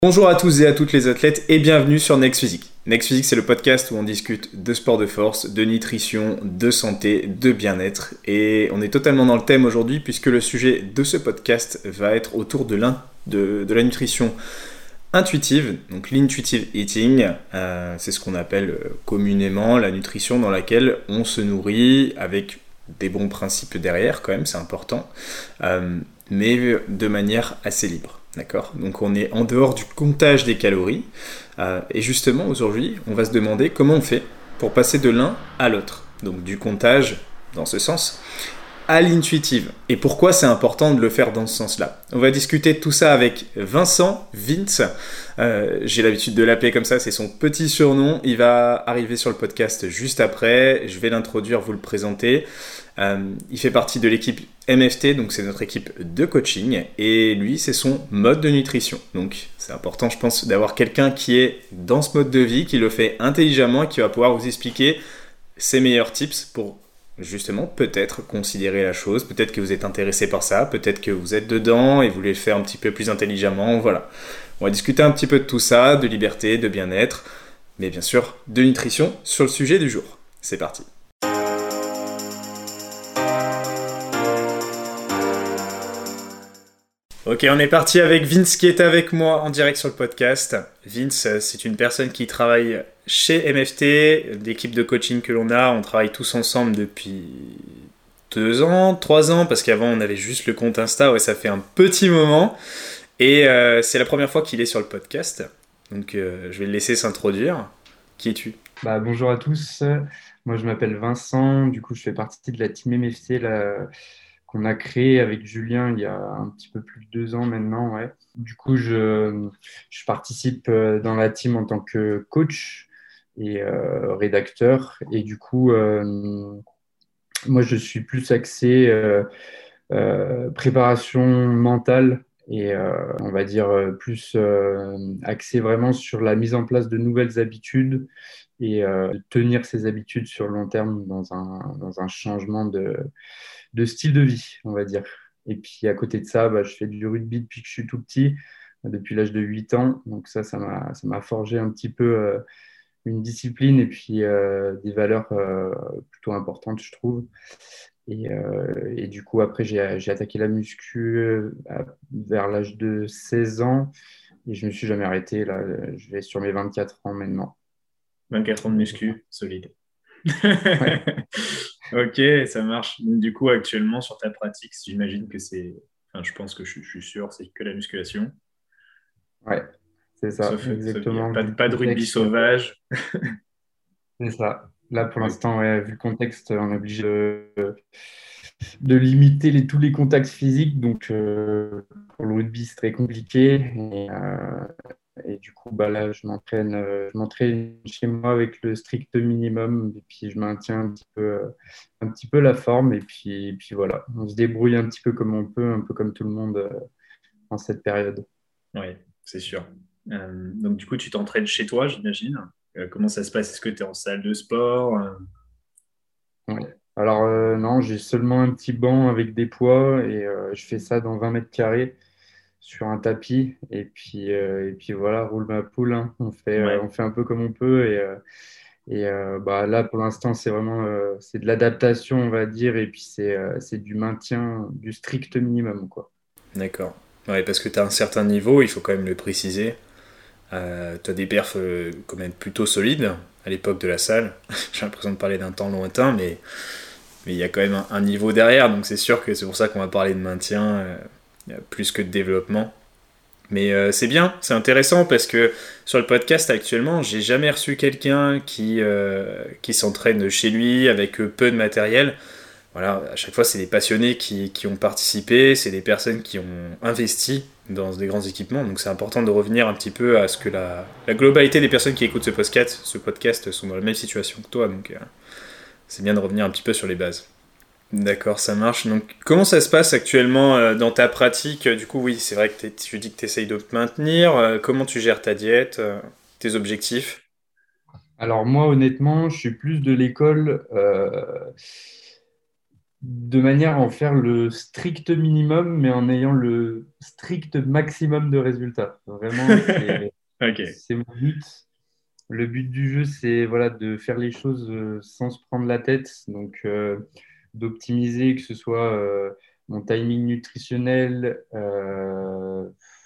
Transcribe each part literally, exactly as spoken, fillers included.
Bonjour à tous et à toutes les athlètes et bienvenue sur Next Physique. Next Physique, c'est le podcast où on discute de sport de force, de nutrition, de santé, de bien-être. Et on est totalement dans le thème aujourd'hui puisque le sujet de ce podcast va être autour de, l'in- de, de la nutrition intuitive, donc l'intuitive eating. Euh, c'est ce qu'on appelle euh, communément la nutrition dans laquelle on se nourrit avec des bons principes derrière quand même, c'est important, euh, mais de manière assez libre. D'accord ? Donc on est en dehors du comptage des calories. Euh, et justement, aujourd'hui, on va se demander comment on fait pour passer de l'un à l'autre. Donc du comptage, dans ce sens, à l'intuitive. Et pourquoi c'est important de le faire dans ce sens-là. On va discuter de tout ça avec Vincent, Vince. Euh, j'ai l'habitude de l'appeler comme ça, c'est son petit surnom. Il va arriver sur le podcast juste après. Je vais l'introduire, vous le présenter. Euh, il fait partie de l'équipe M F T, donc c'est notre équipe de coaching, et lui c'est son mode de nutrition. Donc c'est important, je pense, d'avoir quelqu'un qui est dans ce mode de vie, qui le fait intelligemment et qui va pouvoir vous expliquer ses meilleurs tips pour justement peut-être considérer la chose. Peut-être que vous êtes intéressé par ça, peut-être que vous êtes dedans et vous voulez le faire un petit peu plus intelligemment. Voilà, on va discuter un petit peu de tout ça, de liberté, de bien-être, mais bien sûr de nutrition sur le sujet du jour. C'est parti. Ok, on est parti avec Vince qui est avec moi en direct sur le podcast. Vince, c'est une personne qui travaille chez M F T, l'équipe de coaching que l'on a. On travaille tous ensemble depuis deux ans, trois ans, parce qu'avant on avait juste le compte Insta, ouais, ça fait un petit moment. Et euh, c'est la première fois qu'il est sur le podcast. Donc euh, je vais le laisser s'introduire. Qui es-tu ? Bah, bonjour à tous, moi je m'appelle Vincent, du coup je fais partie de la team M F T là, qu'on a créée avec Julien il y a un petit peu plus de deux ans maintenant. Ouais. Du coup je, je participe euh, dans la team en tant que coach et euh, rédacteur et du coup euh, moi je suis plus axé euh, euh, préparation mentale et euh, on va dire euh, plus euh, axé vraiment sur la mise en place de nouvelles habitudes et euh, tenir ces habitudes sur le long terme dans un, dans un changement de, de style de vie, on va dire. Et puis à côté de ça, bah, je fais du rugby depuis que je suis tout petit, depuis l'âge de huit ans. Donc ça, ça m'a, ça m'a forgé un petit peu euh, une discipline et puis euh, des valeurs euh, plutôt importantes, je trouve. Et, euh, et du coup, après, j'ai, j'ai attaqué la muscu euh, vers l'âge de seize ans et je me suis jamais arrêté. Là, je vais sur mes vingt-quatre ans maintenant. vingt-quatre ans de Et voilà. muscu, solide. Ouais. Ok, ça marche. Du coup, actuellement, sur ta pratique, j'imagine que c'est... Enfin, je pense que je, je suis sûr, c'est que la musculation. Ouais, c'est ça, Sauf, sauf il n'y a exactement. pas, Vu de- le pas de rugby contexte, sauvage. c'est ça. Là, pour Ok. l'instant, ouais, vu le contexte, on est obligé de, de limiter les, tous les contacts physiques. Donc, euh, pour le rugby, c'est très compliqué. Et, euh, et du coup, bah, là, je m'entraîne, euh, je m'entraîne chez moi avec le strict minimum. Et puis, je maintiens un petit peu, euh, un petit peu la forme. Et puis, et puis voilà, on se débrouille un petit peu comme on peut, un peu comme tout le monde euh, en cette période. Oui, c'est sûr. Euh, donc, du coup, tu t'entraînes chez toi, j'imagine. Euh, comment ça se passe? Est-ce que tu es en salle de sport? Euh, Ouais. Alors euh, non, j'ai seulement un petit banc avec des poids et euh, je fais ça dans vingt mètres carrés sur un tapis et puis euh, et puis voilà, roule ma poule, hein. On fait euh, Ouais, on fait un peu comme on peut et euh, et euh, bah là pour l'instant c'est vraiment euh, c'est de l'adaptation on va dire et puis c'est euh, c'est du maintien du strict minimum quoi. d'accord. Ouais, parce que tu as un certain niveau, il faut quand même le préciser. Euh, tu as des perfs euh, quand même plutôt solides à l'époque de la salle. J'ai l'impression de parler d'un temps lointain, mais mais il y a quand même un, un niveau derrière, donc c'est sûr que c'est pour ça qu'on va parler de maintien euh, plus que de développement. Mais euh, c'est bien, c'est intéressant parce que sur le podcast actuellement, j'ai jamais reçu quelqu'un qui, euh, qui s'entraîne chez lui avec euh, peu de matériel. Voilà, à chaque fois, c'est des passionnés qui, qui ont participé, c'est des personnes qui ont investi dans des grands équipements. Donc c'est important de revenir un petit peu à ce que la, la globalité des personnes qui écoutent ce podcast, ce podcast sont dans la même situation que toi. Donc euh, c'est bien de revenir un petit peu sur les bases. D'accord, ça marche. Donc, comment ça se passe actuellement euh, dans ta pratique? Du coup, oui, c'est vrai que t'es- tu dis que tu essayes de te maintenir. Euh, comment tu gères ta diète, euh, tes objectifs? Alors moi honnêtement, je suis plus de l'école euh, de manière à en faire le strict minimum, mais en ayant le strict maximum de résultats. Vraiment, c'est Ok. c'est mon but. Le but du jeu, c'est voilà, de faire les choses euh, sans se prendre la tête, donc euh, d'optimiser, que ce soit euh, mon timing nutritionnel, euh,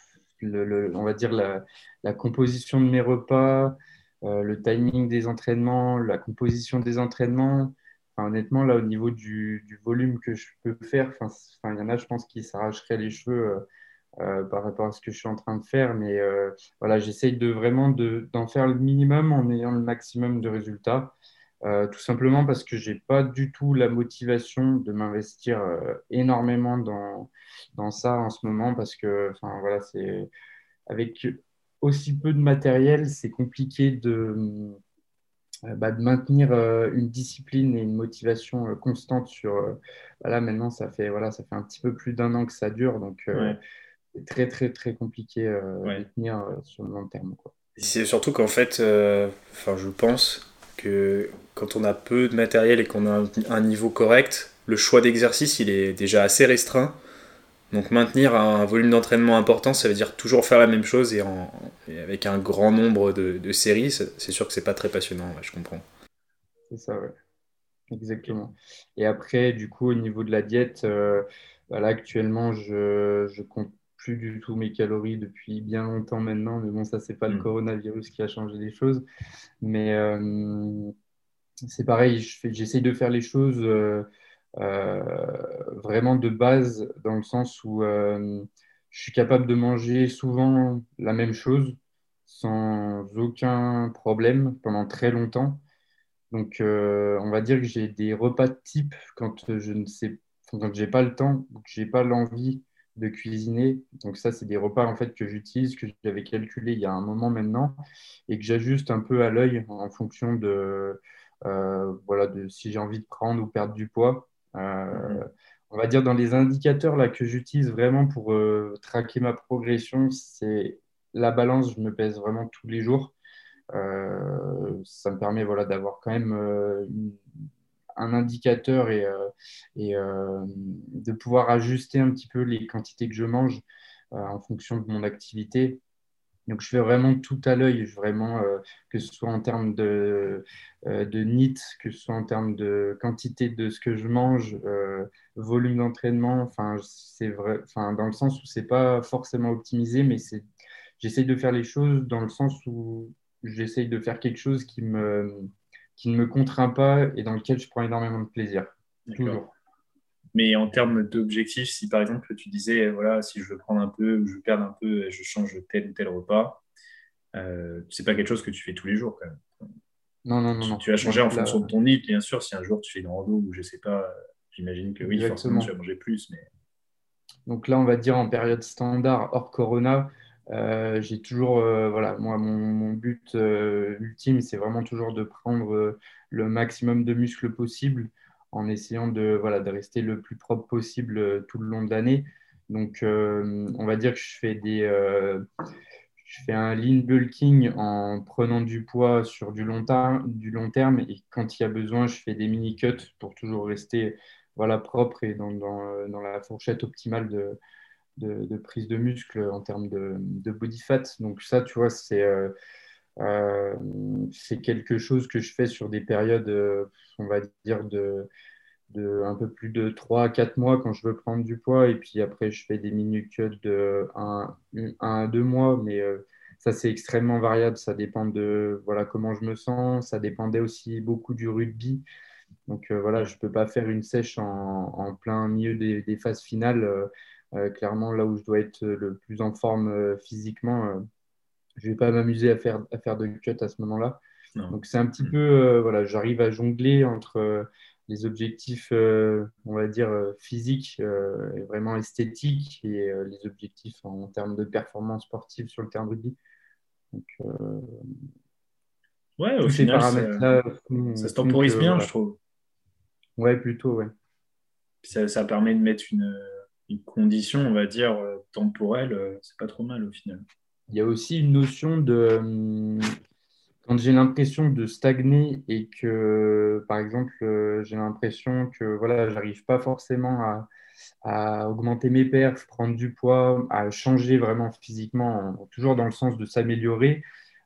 le, le- on va dire la, la composition de mes repas, euh, le timing des entraînements, la composition des entraînements. Enfin, honnêtement, là, au niveau du, du volume que je peux faire, enfin, c- enfin, il y en a, je pense, qui s'arracheraient les cheveux euh, euh, par rapport à ce que je suis en train de faire. Mais euh, voilà, j'essaye de vraiment de, d'en faire le minimum en ayant le maximum de résultats. Euh, tout simplement parce que j'ai pas du tout la motivation de m'investir euh, énormément dans, dans ça en ce moment parce que enfin, voilà, c'est avec aussi peu de matériel, c'est compliqué de, euh, bah, de maintenir euh, une discipline et une motivation euh, constante sur. Euh, bah là, maintenant, ça fait, voilà, ça fait un petit peu plus d'un an que ça dure, donc euh, Ouais. c'est très, très, très compliqué euh, de Ouais. tenir euh, sur le long terme, quoi. C'est surtout qu'en fait, euh, enfin, je pense que quand on a peu de matériel et qu'on a un, un niveau correct, le choix d'exercice, il est déjà assez restreint. Donc maintenir un volume d'entraînement important, ça veut dire toujours faire la même chose et, en, et avec un grand nombre de, de séries, c'est sûr que c'est pas très passionnant, ouais, je comprends. C'est ça, ouais. Ok. Exactement. Et après, du coup, au niveau de la diète, euh, bah là, actuellement, je, je compte plus du tout mes calories depuis bien longtemps maintenant. Mais bon, ça, c'est pas le Hmm. coronavirus qui a changé les choses. Mais euh, c'est pareil, je fais, j'essaye de faire les choses euh, euh, vraiment de base, dans le sens où euh, je suis capable de manger souvent la même chose sans aucun problème pendant très longtemps. Donc, euh, on va dire que j'ai des repas type quand je ne sais, enfin, quand j'ai pas le temps ou que j'ai pas l'envie de cuisiner. Donc ça, c'est des repas en fait que j'utilise, que j'avais calculé il y a un moment maintenant et que j'ajuste un peu à l'œil en fonction de, euh, voilà, de si j'ai envie de prendre ou perdre du poids. Euh, Mhm. on va dire dans les indicateurs là que j'utilise vraiment pour euh, traquer ma progression, c'est la balance. Je me pèse vraiment tous les jours. Euh, ça me permet voilà, d'avoir quand même euh, une- un indicateur et, euh, et euh, de pouvoir ajuster un petit peu les quantités que je mange euh, en fonction de mon activité. Donc, je fais vraiment tout à l'œil, vraiment, euh, que ce soit en termes de, euh, de N I T, que ce soit en termes de quantité de ce que je mange, euh, volume d'entraînement. Enfin, c'est vrai, enfin, dans le sens où c'est pas forcément optimisé, mais c'est, j'essaye de faire les choses dans le sens où j'essaye de faire quelque chose qui me, qui ne me contraint pas et dans lequel je prends énormément de plaisir. D'accord. Toujours. Mais en termes d'objectifs, si par exemple tu disais, voilà, si je veux prendre un peu ou je veux perdre un peu, je change tel ou tel repas, euh, c'est pas quelque chose que tu fais tous les jours quand même. Non, non, non, Tu, non. tu vas changer Donc en là, fonction de ton niveau, bien sûr. Si un jour tu fais une rando ou je sais pas, euh, j'imagine que oui, forcément tu vas exactement. manger plus, mais Donc là, on va dire en période standard, hors Corona, euh, j'ai toujours, euh, voilà, moi, mon, mon but euh, ultime, c'est vraiment toujours de prendre euh, le maximum de muscles possible en essayant de, voilà, de rester le plus propre possible euh, tout le long de l'année. Donc, euh, on va dire que je fais des, euh, je fais un lean bulking en prenant du poids sur du long, ter- du long terme et quand il y a besoin, je fais des mini cuts pour toujours rester voilà, propre et dans, dans, euh, dans la fourchette optimale de, de, de prise de muscle en termes de, de body fat. Donc ça, tu vois, c'est euh, euh, c'est quelque chose que je fais sur des périodes, euh, on va dire, de, de un peu plus de trois à quatre mois quand je veux prendre du poids. Et puis après, je fais des mini cuts de un à deux mois. Mais euh, ça, c'est extrêmement variable. Ça dépend de voilà, comment je me sens. Ça dépendait aussi beaucoup du rugby. Donc euh, voilà, je mm, ne peux pas faire une sèche en, en plein milieu des, des phases finales. Euh, euh, clairement, là où je dois être le plus en forme euh, physiquement, euh, je ne vais pas m'amuser à faire, à faire de cut à ce moment-là. non. Donc c'est un petit peu, Mm. euh, voilà, j'arrive à jongler entre euh, les objectifs, euh, on va dire, euh, physiques euh, et vraiment esthétiques et euh, les objectifs en, en termes de performance sportive sur le terrain de rugby. Donc euh, Ouais, au tous ces final, ça, paramètres-là ça font, se font que, temporise bien, je voilà, trouve. ouais, plutôt, ouais. Puis Ça, ça permet de mettre une, une condition, on va dire, euh, temporelle. euh, C'est pas trop mal au final. Il y a aussi une notion de, hum, Quand j'ai l'impression de stagner et que, par exemple, euh, j'ai l'impression que voilà, j'arrive pas forcément à, à augmenter mes perfs, prendre du poids, à changer vraiment physiquement, en- toujours dans le sens de s'améliorer.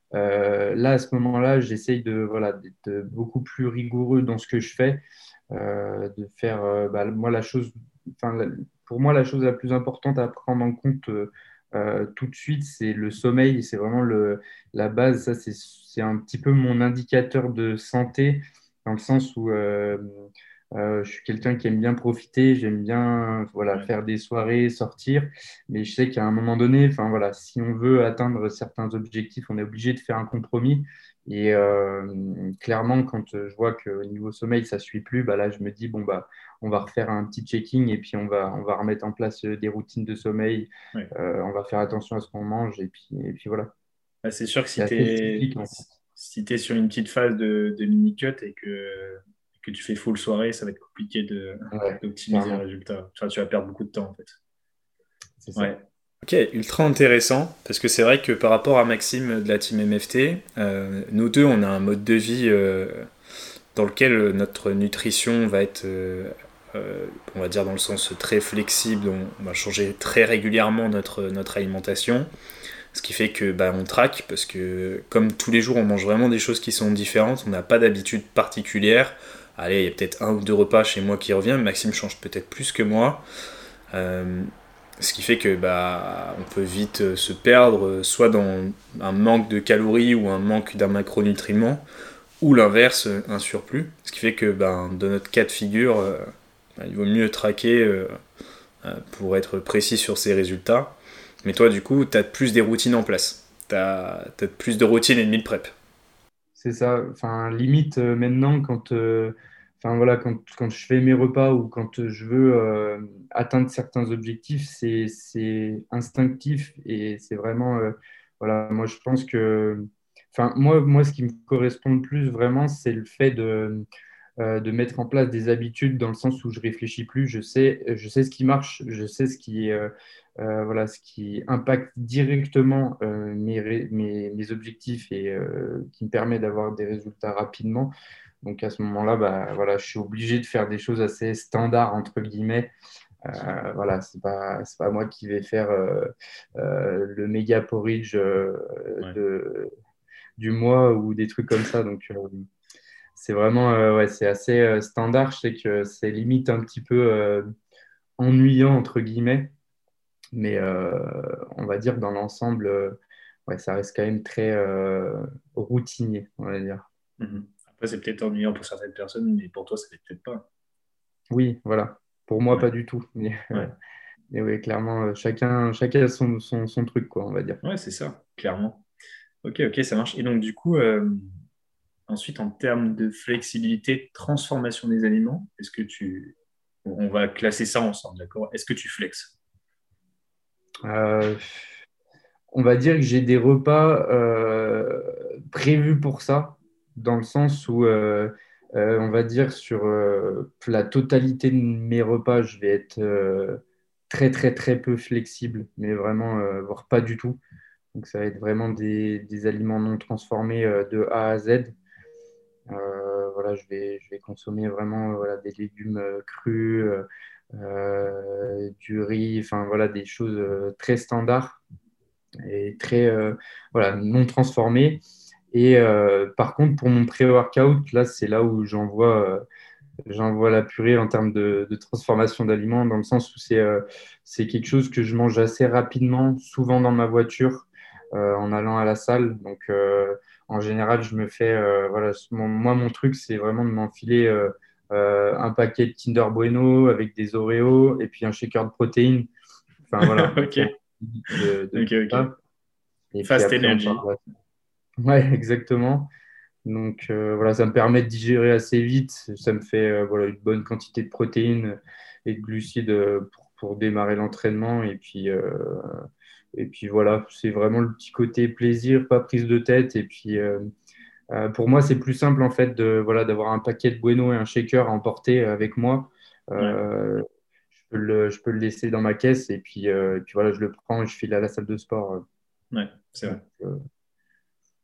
Euh, là, à ce moment-là, j'essaye de voilà, d'être beaucoup plus rigoureux dans ce que je fais, euh, de faire euh, bah, moi la chose, enfin, la- pour moi la chose la plus importante à prendre en compte euh, euh, tout de suite, c'est le sommeil. C'est vraiment le, la base. Ça, c'est c'est un petit peu mon indicateur de santé, dans le sens où euh, euh, je suis quelqu'un qui aime bien profiter, j'aime bien voilà, Ouais. faire des soirées, sortir. Mais je sais qu'à un moment donné, enfin voilà, si on veut atteindre certains objectifs, on est obligé de faire un compromis. Et euh, clairement, quand je vois qu'au niveau sommeil, ça ne suit plus, bah là, je me dis, bon, bah, on va refaire un petit checking et puis on va, on va remettre en place euh, des routines de sommeil. Ouais. Euh, on va faire attention à ce qu'on mange et puis, et puis voilà. Bah, c'est sûr que C'est si tu assez es, cyclique en fait. si t'es sur une petite phase de, de mini-cut et que, que tu fais full soirée, ça va être compliqué de, Ouais, d'optimiser le clairement, résultat. Enfin, tu vas perdre beaucoup de temps en fait. c'est ça. Ouais. Ok, ultra intéressant, parce que c'est vrai que par rapport à Maxime de la team M F T, euh, nous deux, on a un mode de vie euh, dans lequel euh, notre nutrition va être, euh, euh, on va dire dans le sens très flexible, on, on va changer très régulièrement notre, notre alimentation, ce qui fait que bah, on traque, parce que comme tous les jours on mange vraiment des choses qui sont différentes, on n'a pas d'habitude particulière. Allez, il y a peut-être un ou deux repas chez moi qui revient, Maxime change peut-être plus que moi. Euh, Ce qui fait que bah, on peut vite euh, se perdre, euh, soit dans un manque de calories ou un manque d'un macronutriment, ou l'inverse, euh, un surplus. Ce qui fait que bah, dans notre cas de figure, euh, bah, il vaut mieux traquer euh, euh, pour être précis sur ses résultats. Mais toi, du coup, tu as plus des routines en place. Tu as plus de routines et de meal prep. C'est ça. Enfin, limite, euh, maintenant, quand, euh, enfin, voilà, quand, quand je fais mes repas ou quand je veux euh, atteindre certains objectifs, c'est, c'est instinctif et c'est vraiment, euh, voilà, moi, je pense que, enfin, moi, moi, ce qui me correspond le plus vraiment, c'est le fait de, euh, de mettre en place des habitudes dans le sens où je réfléchis plus, je sais, je sais ce qui marche, je sais ce qui, euh, euh, voilà, ce qui impacte directement euh, mes, ré- mes, mes objectifs et euh, qui me permet d'avoir des résultats rapidement. Donc à ce moment-là, bah, voilà, je suis obligé de faire des choses assez standards, entre guillemets. Euh, voilà, c'est pas, c'est pas moi qui vais faire euh, euh, le méga porridge euh, Ouais. de, du mois ou des trucs comme ça. Donc, euh, c'est vraiment, euh, ouais, c'est assez euh, standard. Je sais que c'est limite un petit peu euh, ennuyant, entre guillemets, mais euh, on va dire que dans l'ensemble, euh, ouais, ça reste quand même très euh, routinier, on va dire. Mhm. Après, c'est peut-être ennuyant pour certaines personnes, mais pour toi, ça l'est peut-être pas. Oui, voilà. Pour moi, Ouais. pas du tout. Mais, euh, Ouais. mais oui, clairement, euh, chacun, chacun a son, son, son truc, quoi, on va dire. Ouais, c'est ça, clairement. Ok, ok, ça marche. Et donc, du coup, euh, ensuite, en termes de flexibilité, transformation des aliments, est-ce que tu... On va classer ça ensemble, d'accord? Est-ce que tu flexes? Euh, on va dire que j'ai des repas euh, prévus pour ça, dans le sens où, euh, euh, on va dire, sur euh, la totalité de mes repas, je vais être euh, très, très, très peu flexible, mais vraiment, euh, voire pas du tout. Donc, ça va être vraiment des, des aliments non transformés euh, de A à Z. Euh, voilà, je vais, je vais consommer vraiment euh, voilà, des légumes euh, crus, euh, euh, du riz, enfin voilà, des choses euh, très standards et très euh, voilà, non transformées. Et euh, par contre, pour mon pré-workout, là, c'est là où j'envoie euh, j'envoie la purée en termes de, de transformation d'aliments, dans le sens où c'est euh, c'est quelque chose que je mange assez rapidement, souvent dans ma voiture, euh, en allant à la salle. Donc, euh, en général, je me fais, euh, voilà, mon- moi, mon truc, c'est vraiment de m'enfiler euh, euh, un paquet de Kinder Bueno avec des Oreos et puis un shaker de protéines. Enfin, voilà, on Ok, prend de, de ok, tout ok. ça. Et puis Fast après, on energy. part. Ouais, exactement. Donc euh, voilà, ça me permet de digérer assez vite. Ça me fait euh, voilà, une bonne quantité de protéines et de glucides euh, pour, pour démarrer l'entraînement. Et puis, euh, et puis voilà, c'est vraiment le petit côté plaisir, pas prise de tête. Et puis euh, euh, pour moi, c'est plus simple en fait de, voilà, d'avoir un paquet de Bueno et un shaker à emporter avec moi. Ouais, Euh, je peux le, je peux le laisser dans ma caisse et puis, euh, et puis voilà, je le prends et je file à la salle de sport. ouais, c'est Donc, vrai. euh,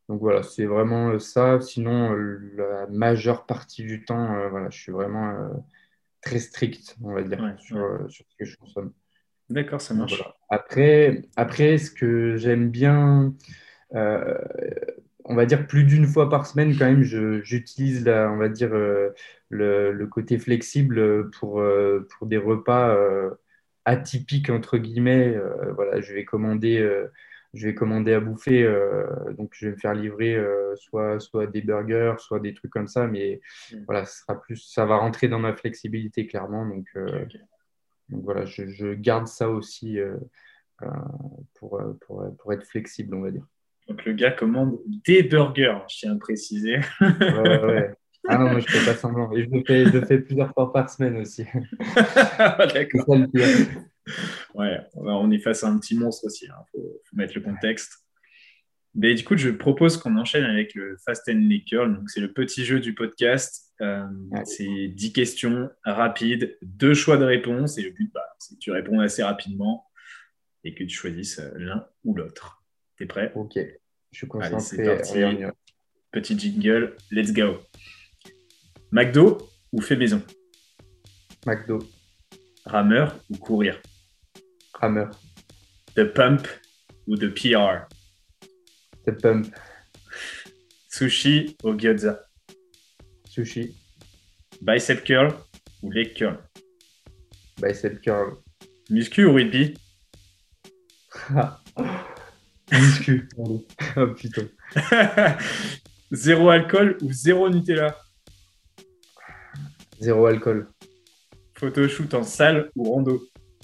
Donc voilà, c'est vraiment euh, ça. Sinon, euh, la majeure partie du temps, euh, voilà, je suis vraiment euh, très strict, on va dire, Ouais, sur, ouais. euh, sur ce que je consomme. D'accord, ça Donc marche. voilà. Après, après, ce que j'aime bien, euh, on va dire plus d'une fois par semaine quand même, je, j'utilise la, on va dire euh, le, le côté flexible pour, euh, pour des repas euh, atypiques entre guillemets. Euh, voilà, je vais commander, euh, je vais commander à bouffer, euh, donc je vais me faire livrer euh, soit, soit des burgers, soit des trucs comme ça, mais Hmm. voilà, ce sera plus, ça va rentrer dans ma flexibilité clairement. Donc, Ok, euh, ok. donc voilà, je, je garde ça aussi euh, euh, pour, euh, pour, pour être flexible, on va dire. Donc le gars commande des burgers, je tiens à préciser. Ouais, ouais, ouais. Ah non, moi je fais pas semblant. Et je le fais, je le fais plusieurs fois par semaine aussi. C'est D'accord. ça le pire. Ouais, on est face à un petit monstre aussi, il hein. faut, faut mettre le contexte. Mais du coup, je propose qu'on enchaîne avec le Fast and Nickel. Donc, c'est le petit jeu du podcast. Euh, Ouais. c'est dix questions rapides, deux choix de réponse. Et le but, bah, c'est que tu réponds assez rapidement et que tu choisisses euh, l'un ou l'autre. T'es prêt? Ok, je suis Allez, c'est concentré. Allez, on y parti. va. Petit jingle, let's go. McDo ou fait maison? McDo, Rameur ou courir? Hammer, The Pump ou The P R? The Pump, Sushi ou gyoza? Sushi, Bicep curl ou leg curl? Bicep Curl. Muscu ou rugby? Muscu. Allez. Oh putain. Zéro alcool ou zéro Nutella? Zéro alcool. Photoshoot en salle ou rando?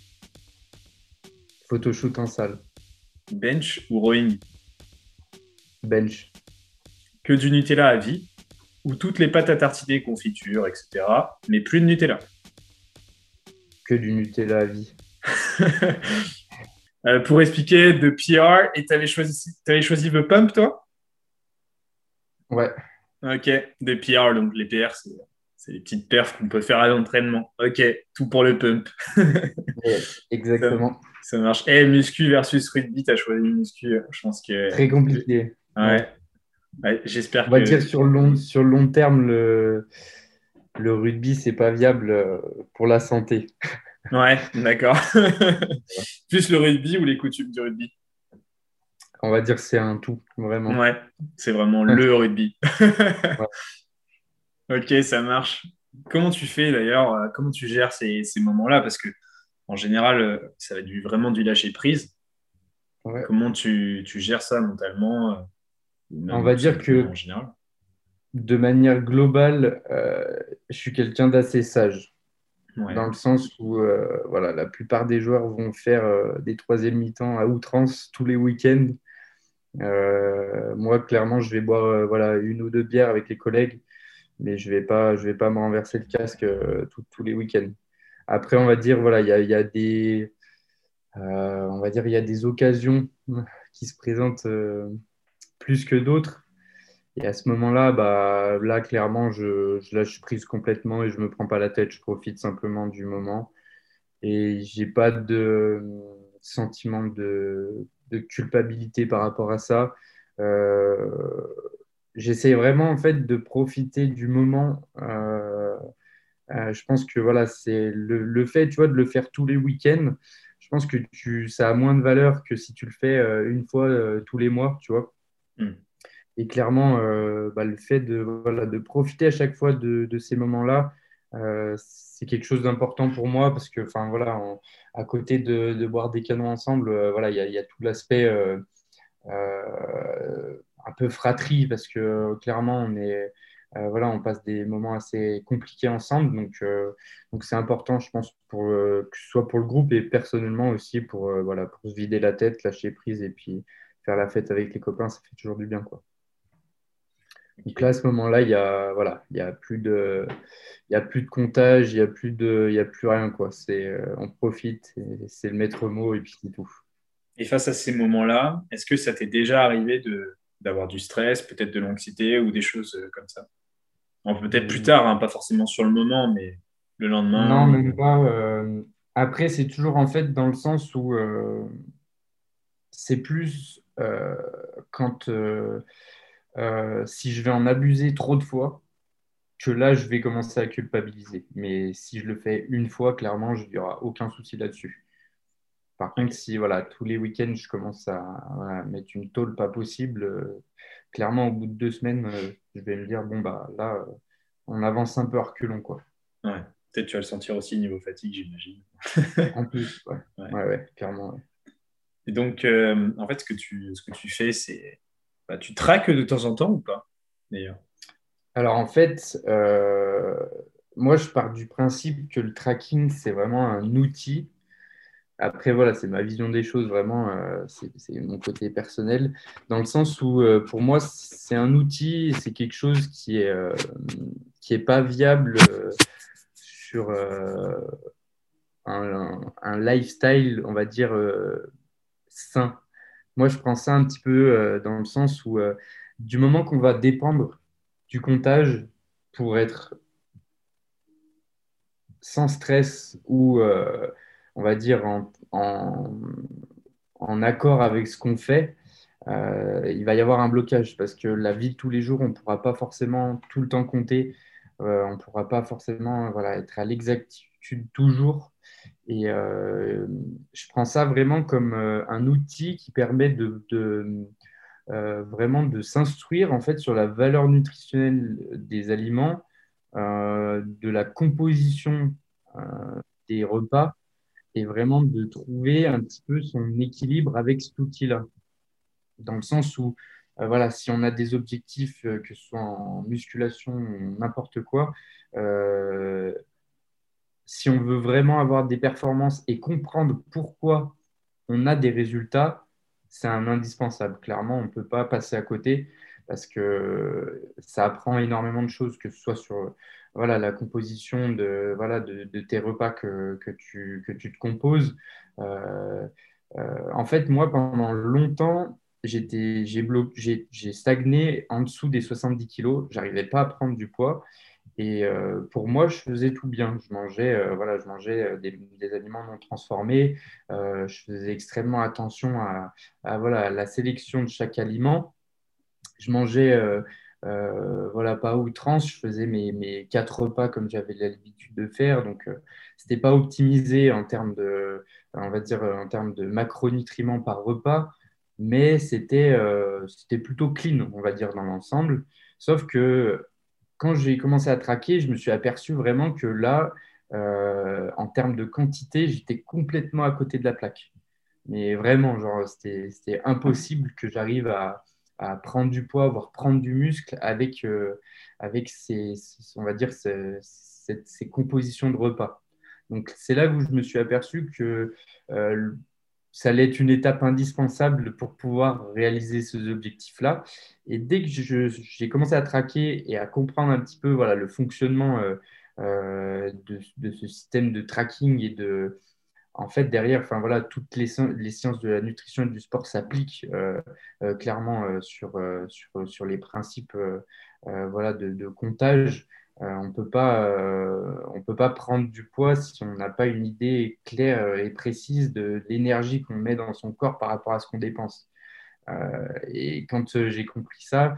Photoshoot en salle. Bench ou rowing? Bench. Que du Nutella à vie ou toutes les pâtes à tartiner, confitures, et cetera. Mais plus de Nutella. Que du Nutella à vie. Euh, pour expliquer, de P R, et t'avais choisi, t'avais choisi The Pump, toi? Ouais, Ok, de P R, donc les P R, c'est, c'est les petites perfs qu'on peut faire à l'entraînement. Ok, tout pour le pump. ouais, ça, exactement. ça marche. Eh, muscu versus rugby, t'as choisi muscu. Je pense que. Très compliqué. Ouais. Ouais, ouais, j'espère On va dire que. sur le long, sur le long terme, le, le rugby, c'est pas viable euh, pour la santé. Ouais, d'accord. Plus le rugby ou les coutumes du rugby? On va dire que c'est un tout, vraiment. Ouais, c'est vraiment le rugby. Ouais. Ok, ça marche. Comment tu fais d'ailleurs, euh, comment tu gères ces, ces moments-là? Parce que en général, euh, ça va être du- vraiment du lâcher prise. Ouais. Comment tu, tu gères ça mentalement, euh, ou On même va tout dire simplement en que général? de manière globale, euh, je suis quelqu'un d'assez sage, dans Ouais, le sens où euh, voilà, la plupart des joueurs vont faire euh, des troisième mi-temps à outrance tous les week-ends. Euh, moi, clairement, je vais boire euh, voilà, une ou deux bières avec les collègues, mais je vais pas, je vais pas me renverser le casque euh, tout- tous les week-ends. Après, on va dire, voilà, il y a, il y a des, euh, on va dire, il y a des occasions qui se présentent euh, plus que d'autres. Et à ce moment-là, bah, là, clairement, je, je lâche prise complètement et je me prends pas la tête. Je profite simplement du moment. Et j'ai pas de sentiment de, de culpabilité par rapport à ça. Euh, J'essaie vraiment, en fait, de profiter du moment. Euh, euh, je pense que voilà, c'est le, le fait, tu vois, de le faire tous les week-ends. Je pense que tu, ça a moins de valeur que si tu le fais euh, une fois euh, tous les mois, tu vois. hmm, Et clairement, euh, bah, le fait de, voilà, de profiter à chaque fois de, de ces moments-là, euh, c'est quelque chose d'important pour moi parce que, enfin, voilà, on- à côté de, de boire des canons ensemble, euh, voilà, il y a, il y a tout l'aspect euh, euh, un peu fratrie parce que euh, clairement, on est, euh, voilà, on passe des moments assez compliqués ensemble. Donc, euh, donc c'est important, je pense, pour, euh, que ce soit pour le groupe et personnellement aussi pour, euh, voilà, pour se vider la tête, lâcher prise et puis faire la fête avec les copains, ça fait toujours du bien, quoi. Donc là, ok. à ce moment-là, il y a, voilà, il y a plus de, il y a plus de comptage, il y a plus de, il y a plus rien, quoi. C'est, euh, on profite, et c'est le maître mot et puis c'est tout. Et face à ces moments-là, est-ce que ça t'est déjà arrivé de, d'avoir du stress, peut-être de l'anxiété ou des choses euh, comme ça? Bon, peut-être plus Hum, tard, hein, pas forcément sur le moment, mais le Non, lendemain. même ou- pas. euh, Après, c'est toujours en fait dans le sens où euh, c'est plus euh, quand, euh, euh, si je vais en abuser trop de fois, que là, je vais commencer à culpabiliser. Mais si je le fais une fois, clairement, il n'y aura aucun souci là-dessus. Par contre, Ok. si voilà, tous les week-ends, je commence à, voilà, mettre une tôle pas possible, euh, clairement, au bout de deux semaines, euh, je vais me dire, bon, bah là, euh, on avance un peu à reculons, quoi. Ouais. Peut-être tu vas le sentir aussi niveau fatigue, j'imagine. En plus, ouais, Ouais. ouais, ouais, clairement. Ouais. Et donc, euh, en fait, ce que tu, ce que tu fais, c'est. Bah, tu traques de temps en temps ou pas, d'ailleurs? Alors, en fait, euh, moi, je pars du principe que le tracking, c'est vraiment un outil. Après, voilà, c'est ma vision des choses, vraiment, euh, c'est c'est mon côté personnel, dans le sens où, euh, pour moi, c'est un outil, c'est quelque chose qui est, euh, qui est pas viable euh, sur euh, un, un lifestyle, on va dire, euh, sain. Moi, je prends ça un petit peu euh, dans le sens où, euh, du moment qu'on va dépendre du comptage pour être sans stress ou, euh, on va dire, en, en, en accord avec ce qu'on fait, euh, il va y avoir un blocage parce que la vie de tous les jours, on ne pourra pas forcément tout le temps compter. Euh, on ne pourra pas forcément voilà, être à l'exactitude toujours. Et euh, je prends ça vraiment comme euh, un outil qui permet de, de, euh, vraiment de s'instruire en fait sur la valeur nutritionnelle des aliments, euh, de la composition euh, des repas et vraiment de trouver un petit peu son équilibre avec cet outil-là. Dans le sens où, euh, voilà, si on a des objectifs, euh, que ce soit en musculation ou n'importe quoi, euh, si on veut vraiment avoir des performances et comprendre pourquoi on a des résultats, c'est un indispensable. Clairement, on ne peut pas passer à côté parce que ça apprend énormément de choses, que ce soit sur voilà, la composition de, voilà, de, de tes repas que, que, tu, que tu te composes. Euh, euh, en fait, moi, pendant longtemps, j'étais, j'ai, blo- j'ai, j'ai stagné en dessous des soixante-dix kilos. J'arrivais pas à prendre du poids. Et euh, pour moi, je faisais tout bien. Je mangeais, euh, voilà, je mangeais euh, des, des aliments non transformés. Euh, je faisais extrêmement attention à, à, voilà, à la sélection de chaque aliment. Je mangeais, euh, euh, voilà, pas à outrance. Je faisais mes, mes quatre repas comme j'avais l'habitude de faire. Donc, euh, c'était pas optimisé en termes de, on va dire, en termes de macronutriments par repas, mais c'était euh, c'était plutôt clean, on va dire, dans l'ensemble. Sauf que quand j'ai commencé à traquer, je me suis aperçu vraiment que là, euh, en termes de quantité, j'étais complètement à côté de la plaque. Mais vraiment, genre, c'était, c'était impossible que j'arrive à, à prendre du poids, voire prendre du muscle avec, euh, avec ces, ces- on va dire, ces, cette- ces compositions de repas. Donc, c'est là où je me suis aperçu que euh, ça allait être une étape indispensable pour pouvoir réaliser ces objectifs-là. Et dès que je- j'ai commencé à traquer et à comprendre un petit peu voilà, le fonctionnement euh, euh, de, de ce système de tracking et de, en fait, derrière, enfin, voilà, toutes les, sci- les sciences de la nutrition et du sport s'appliquent euh, euh, clairement euh, sur, euh, sur, sur les principes euh, euh, voilà, de, de comptage. Euh, on peut pas, euh, on peut pas prendre du poids si on n'a pas une idée claire et précise de l'énergie qu'on met dans son corps par rapport à ce qu'on dépense. Euh, et quand euh, j'ai compris ça,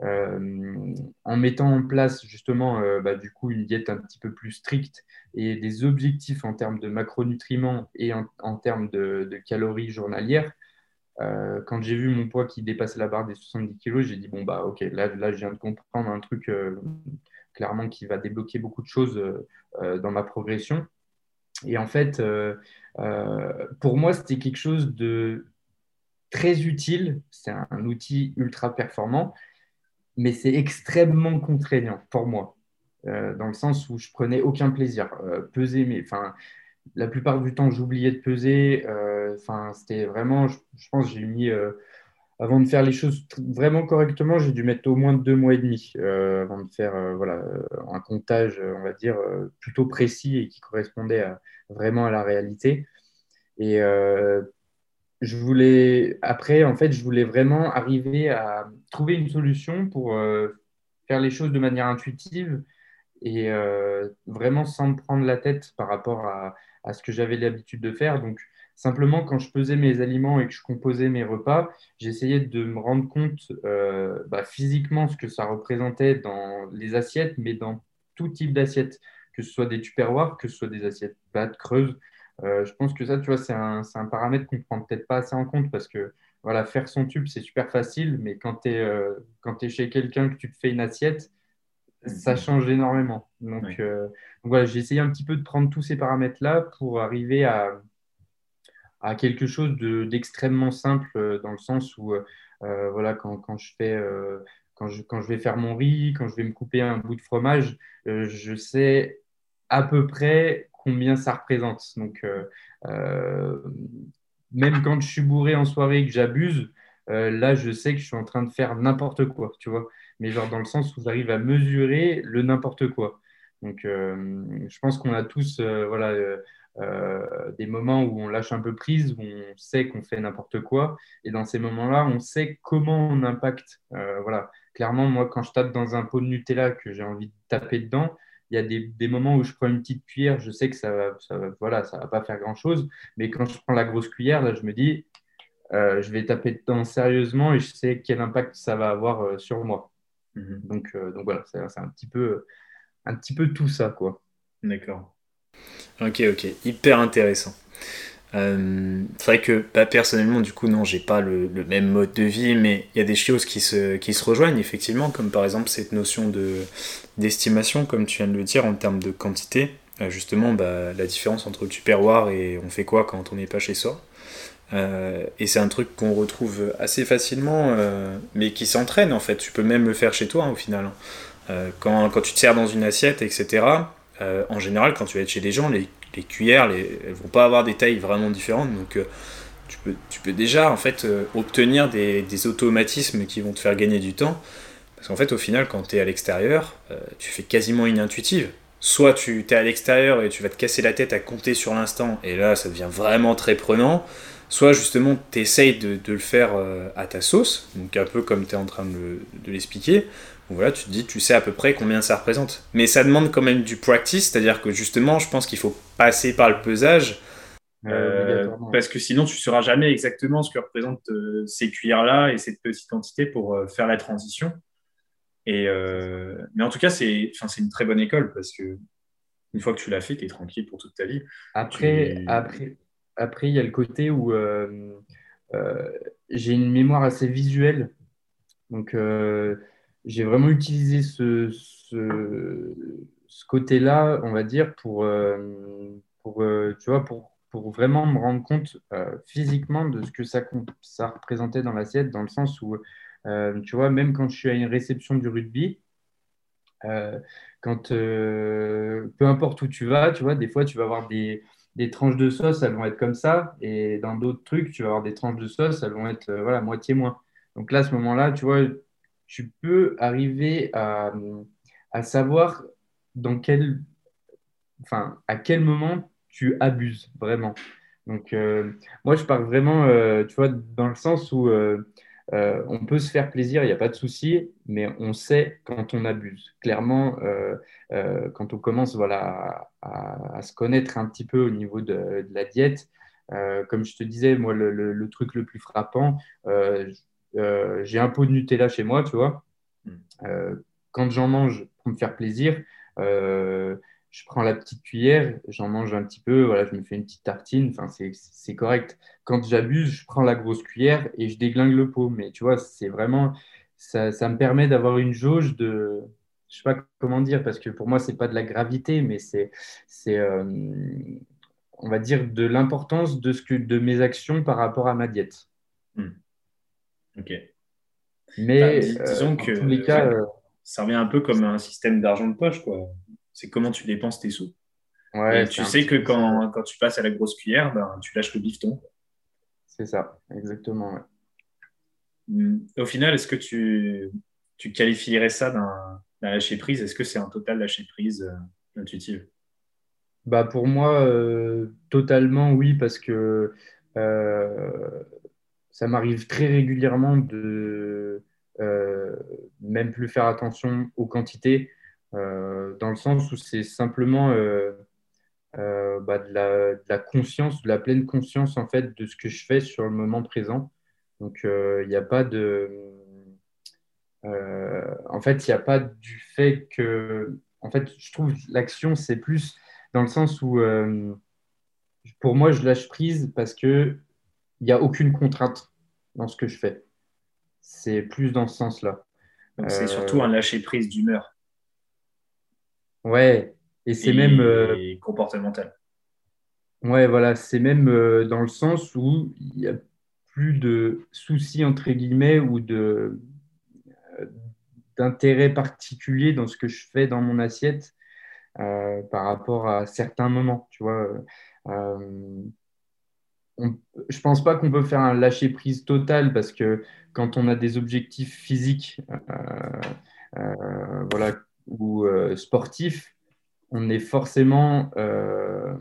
euh, en mettant en place justement euh, bah, du coup une diète un petit peu plus stricte et des objectifs en termes de macronutriments et en, en termes de, de calories journalières, euh, quand j'ai vu mon poids qui dépassait la barre des soixante-dix kilos, j'ai dit bon bah ok, là, là je viens de comprendre un truc euh, clairement qui va débloquer beaucoup de choses euh, euh, dans ma progression. Et en fait, euh, euh, pour moi, c'était quelque chose de très utile. C'est un outil ultra performant, mais c'est extrêmement contraignant pour moi, euh, dans le sens où je prenais aucun plaisir. Euh, peser, mais enfin, la plupart du temps, j'oubliais de peser. Euh, Enfin, c'était vraiment, je, je pense, que j'ai mis, euh, avant de faire les choses tr- vraiment correctement, j'ai dû mettre au moins deux mois et demi euh, avant de faire, euh, voilà, euh, un comptage, euh, on va dire, euh, plutôt précis et qui correspondait à- vraiment à la réalité. Et euh, je voulais, après, en fait, je voulais vraiment arriver à trouver une solution pour euh, faire les choses de manière intuitive et euh, vraiment sans me prendre la tête par rapport à, à ce que j'avais l'habitude de faire. Donc, simplement, quand je pesais mes aliments et que je composais mes repas, j'essayais de me rendre compte euh, bah, physiquement ce que ça représentait dans les assiettes, mais dans tout type d'assiettes, que ce soit des tupperwares, que ce soit des assiettes plates, creuses. Euh, je pense que ça, tu vois, c'est un, c'est un paramètre qu'on ne prend peut-être pas assez en compte parce que voilà, faire son tube, c'est super facile, mais quand tu es, euh, quand tu chez quelqu'un, que tu te fais une assiette, ça Mhm. change énormément. Donc, Ouais. euh, donc voilà, j'ai essayé un petit peu de prendre tous ces paramètres-là pour arriver à, à quelque chose de, d'extrêmement simple euh, dans le sens où, euh, euh, voilà, quand, quand je fais, euh, quand je, quand je vais faire mon riz, quand je vais me couper un bout de fromage, euh, je sais à peu près combien ça représente. Donc, euh, euh, même quand je suis bourré en soirée et que j'abuse, euh, là, je sais que je suis en train de faire n'importe quoi, tu vois. Mais genre dans le sens où j'arrive à mesurer le n'importe quoi. Donc, euh, je pense qu'on a tous, euh, voilà, euh, euh, des moments où on lâche un peu prise, où on sait qu'on fait n'importe quoi. Et dans ces moments-là, on sait comment on impacte. Euh, voilà. Clairement, moi, quand je tape dans un pot de Nutella que j'ai envie de taper dedans, il y a des, des moments où je prends une petite cuillère, je sais que ça va, ça va, voilà, ça va pas faire grand-chose. Mais quand je prends la grosse cuillère, là, je me dis, euh, je vais taper dedans sérieusement et je sais quel impact ça va avoir euh, sur moi. Mhm. Donc, euh, donc voilà, c'est c'est un petit peu, un petit peu tout ça, quoi. D'accord. Ok, ok, hyper intéressant. Euh, c'est vrai que bah, personnellement, du coup, non, j'ai pas le, le même mode de vie, mais il y a des choses qui se, qui se rejoignent effectivement, comme par exemple cette notion de, d'estimation, comme tu viens de le dire, en termes de quantité. Euh, justement, bah, la différence entre le tupperware et on fait quoi quand on n'est pas chez soi. Euh, et c'est un truc qu'on retrouve assez facilement, euh, mais qui s'entraîne en fait. Tu peux même le faire chez toi hein, au final. Euh, quand, quand tu te sers dans une assiette, et cetera, euh, en général, quand tu vas être chez des gens, les, les cuillères, les, elles vont pas avoir des tailles vraiment différentes. Donc euh, tu, peux, tu peux déjà en fait euh, obtenir des, des automatismes qui vont te faire gagner du temps. Parce qu'en fait, au final, quand tu es à l'extérieur, euh, tu fais quasiment intuitive. Soit tu es à l'extérieur et tu vas te casser la tête à compter sur l'instant, et là, ça devient vraiment très prenant. Soit justement, tu essayes de, de le faire euh, à ta sauce, donc un peu comme tu es en train de, de l'expliquer. Donc voilà, tu te dis, tu sais à peu près combien ça représente. Mais ça demande quand même du practice, c'est-à-dire que justement, je pense qu'il faut passer par le pesage. Euh, Euh, obligatoirement. parce que sinon, tu ne sauras jamais exactement ce que représentent euh, ces cuillères-là et cette petite quantité pour euh, faire la transition. Et, C'est ça. euh, mais en tout cas, c'est, enfin, c'est une très bonne école parce que une fois que tu l'as fait, tu es tranquille pour toute ta vie. Après, Tu... après, après, il y a le côté où euh, euh, j'ai une mémoire assez visuelle. Donc, euh, j'ai vraiment utilisé ce, ce, ce côté-là, on va dire, pour, euh, pour, euh, tu vois, pour, pour vraiment me rendre compte euh, physiquement de ce que ça, com- ça représentait dans l'assiette, dans le sens où, euh, tu vois, même quand je suis à une réception du rugby, euh, quand, euh, peu importe où tu vas, tu vois, des fois, tu vas avoir des, des tranches de sauce, elles vont être comme ça, et dans d'autres trucs, tu vas avoir des tranches de sauce, elles vont être, euh, voilà, moitié moins. Donc là, à ce moment-là, tu vois, tu peux arriver à, à savoir dans quel, enfin, à quel moment tu abuses vraiment. Donc, euh, moi, je parle vraiment, euh, tu vois, dans le sens où euh, euh, on peut se faire plaisir, il n'y a pas de souci, mais on sait quand on abuse. Clairement, euh, euh, quand on commence voilà, à, à se connaître un petit peu au niveau de, de la diète, euh, comme je te disais, moi, le, le- le truc le plus frappant, euh, euh, j'ai un pot de Nutella chez moi, tu vois. Euh, Quand j'en mange pour me faire plaisir, euh, je prends la petite cuillère, j'en mange un petit peu, voilà, je me fais une petite tartine, enfin, c'est, c'est correct. Quand j'abuse, je prends la grosse cuillère et je déglingue le pot. Mais tu vois, c'est vraiment, ça, ça me permet d'avoir une jauge de, je sais pas comment dire, parce que pour moi, c'est pas de la gravité, mais c'est, c'est, euh, on va dire, de l'importance de ce que, de mes actions par rapport à ma diète. Hmm. Ok. Bah, Mais dis- euh, disons dans tous les que cas, ouais, euh, ça revient un peu comme un système d'argent de poche, quoi. C'est comment tu dépenses tes sous. ouais, Et c'est tu un sais petit que peu ça. quand, quand tu passes à la grosse cuillère, ben, tu lâches le bifton. C'est ça, exactement. Ouais. Hmm. Au final, est-ce que tu, tu qualifierais ça d'un d'un lâcher-prise? Est-ce que c'est un total lâcher-prise euh, intuitif? Bah pour moi, euh, totalement oui, parce que euh, ça m'arrive très régulièrement de euh, même plus faire attention aux quantités, euh, dans le sens où c'est simplement, euh, euh, euh, bah, de la, de la conscience, de la pleine conscience en fait de ce que je fais sur le moment présent. Donc, euh, il n'y a pas de, euh, en fait, il n'y a pas du fait que, en fait, je trouve l'action c'est plus dans le sens où, euh, pour moi, je lâche prise parce que il n'y a aucune contrainte dans ce que je fais. C'est plus dans ce sens-là. Donc, c'est surtout Euh, un lâcher-prise d'humeur ouais, et c'est même, euh, et comportemental. ouais, voilà, c'est même euh, dans le sens où il n'y a plus de soucis, entre guillemets, ou de, euh, d'intérêt particulier dans ce que je fais dans mon assiette euh, par rapport à certains moments, tu vois. Euh, on, je pense pas qu'on peut faire un lâcher-prise total parce que quand on a des objectifs physiques euh, euh, voilà, ou euh, sportifs, on est forcément, euh,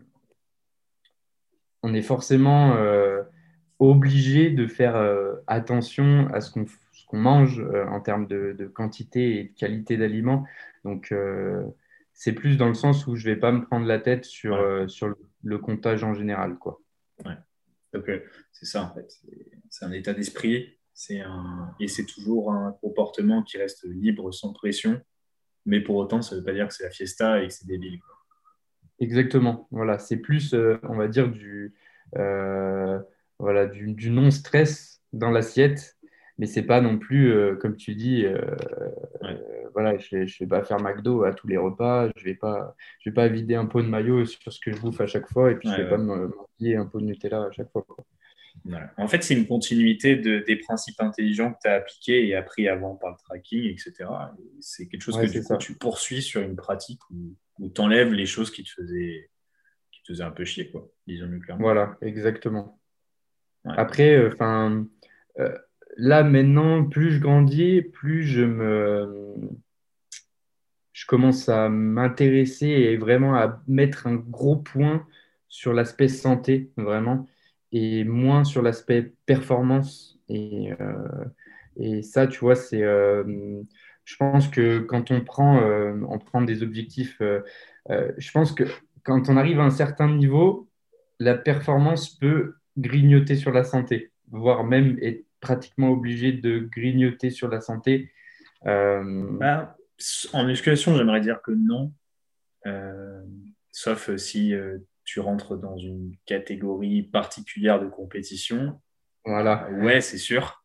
on est forcément euh, obligé de faire euh, attention à ce qu'on ce qu'on mange euh, en termes de, de quantité et de qualité d'aliments. Donc, euh, c'est plus dans le sens où je vais pas me prendre la tête sur, Ouais, euh, sur le, le comptage en général, quoi. ouais. Donc, euh, c'est ça, en fait. C'est c'est un état d'esprit, c'est un... et c'est toujours un comportement qui reste libre, sans pression. Mais pour autant, ça ne veut pas dire que c'est la fiesta et que c'est débile, quoi. Exactement. Voilà, c'est plus, euh, on va dire, du, euh, voilà, du, du non-stress dans l'assiette, mais c'est pas non plus, euh, comme tu dis, euh, Ouais, euh, voilà, je vais, je vais pas faire McDo à tous les repas, je vais pas, je vais pas vider un pot de maillot sur ce que je bouffe à chaque fois, et puis je ouais, vais pas ouais. me m'enfiler un pot de Nutella à chaque fois, quoi. Voilà. En fait, c'est une continuité de, des principes intelligents que tu as appliqués et appris avant par le tracking, et cetera. Et c'est quelque chose que Ouais, du c'est coup, ça. tu poursuis sur une pratique où, où tu enlèves les choses qui te faisaient, qui te faisaient un peu chier, quoi, disons-le clairement. Voilà, exactement. Ouais. Après, enfin, euh, euh, là maintenant, plus je grandis, plus je me je commence à m'intéresser et vraiment à mettre un gros point sur l'aspect santé, vraiment, et moins sur l'aspect performance. Et, euh, et ça, tu vois, c'est, euh, je pense que quand on prend, euh, on prend des objectifs, euh, euh, je pense que quand on arrive à un certain niveau, la performance peut grignoter sur la santé, voire même être pratiquement obligé de grignoter sur la santé. Euh, Bah, en musculation, j'aimerais dire que non. Euh, sauf si euh, tu rentres dans une catégorie particulière de compétition. voilà. Euh, ouais, c'est sûr.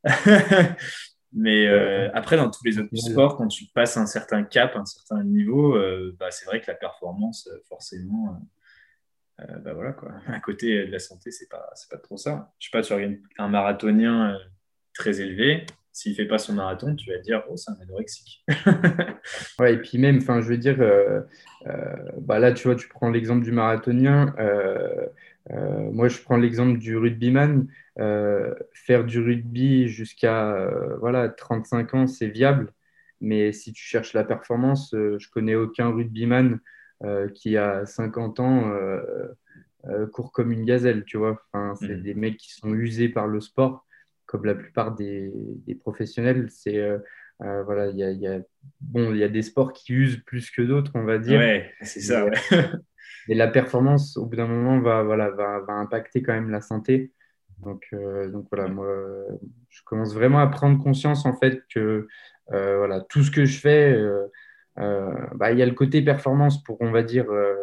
Mais Euh, euh, après, dans tous les Au autres final, sports, quand tu passes un certain cap, un certain niveau, euh, bah, c'est vrai que la performance, euh, forcément, euh, bah voilà quoi. À côté de la santé, c'est pas, c'est pas trop ça. Je sais pas, tu regardes un marathonien euh, très élevé, s'il fait pas son marathon, tu vas te dire, oh, c'est un anorexique. ouais, et puis même, enfin, je veux dire, euh, euh, bah là, tu vois, tu prends l'exemple du marathonien. Euh, euh, moi, je prends l'exemple du rugbyman. Euh, faire du rugby jusqu'à euh, voilà, trente-cinq ans, c'est viable. Mais si tu cherches la performance, euh, je connais aucun rugbyman euh, qui a cinquante ans euh, euh, court comme une gazelle, tu vois. Enfin, c'est Mhm. des mecs qui sont usés par le sport, comme la plupart des, des professionnels. C'est euh, euh, voilà, il y a, il y a- bon, il y a des sports qui usent plus que d'autres, on va dire, Ouais, c'est ça. mais, Ouais. mais la performance, au bout d'un moment, va, voilà, va, va impacter quand même la santé. Donc, euh, donc voilà, Ouais. moi, je commence vraiment à prendre conscience en fait que euh, voilà, tout ce que je fais, euh, euh, bah, il y a le côté performance pour, on va dire, euh,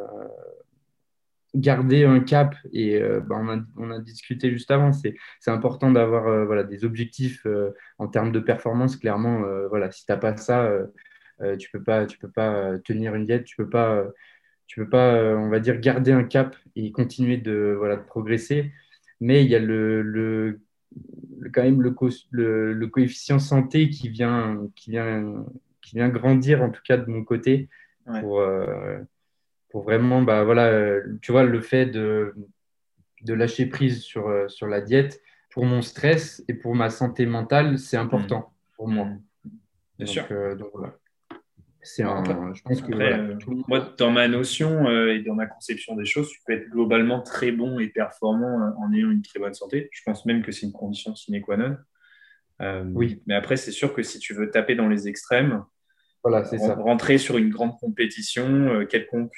garder un cap et euh, bah, on a, on a discuté juste avant, c'est, c'est important d'avoir euh, voilà, des objectifs euh, en termes de performance. Clairement, euh, voilà, si tu n'as pas ça, euh, euh, tu peux pas, tu peux pas euh, tenir une diète, tu peux pas, euh, tu peux pas euh, on va dire, garder un cap et continuer de, voilà, de progresser. Mais il y a le, le, le- quand même le, co- le, le coefficient santé qui vient, qui vient, qui vient grandir, en tout cas de mon côté, Ouais. pour, euh, pour vraiment, bah, voilà, euh, tu vois, le fait de, de lâcher prise sur, euh, sur la diète, pour mon stress et pour ma santé mentale, c'est Mhm. important pour moi. Mhm. Bien sûr. Donc, euh, donc voilà, c'est Bon, après, un, je pense que après voilà, euh, tout le moi, monde- dans ma notion euh, et dans ma conception des choses, tu peux être globalement très bon et performant euh, en ayant une très bonne santé. Je pense même que c'est une condition sine qua non. Euh, oui, mais après, c'est sûr que si tu veux taper dans les extrêmes, voilà, euh, c'est ça. rentrer sur une grande compétition euh, quelconque,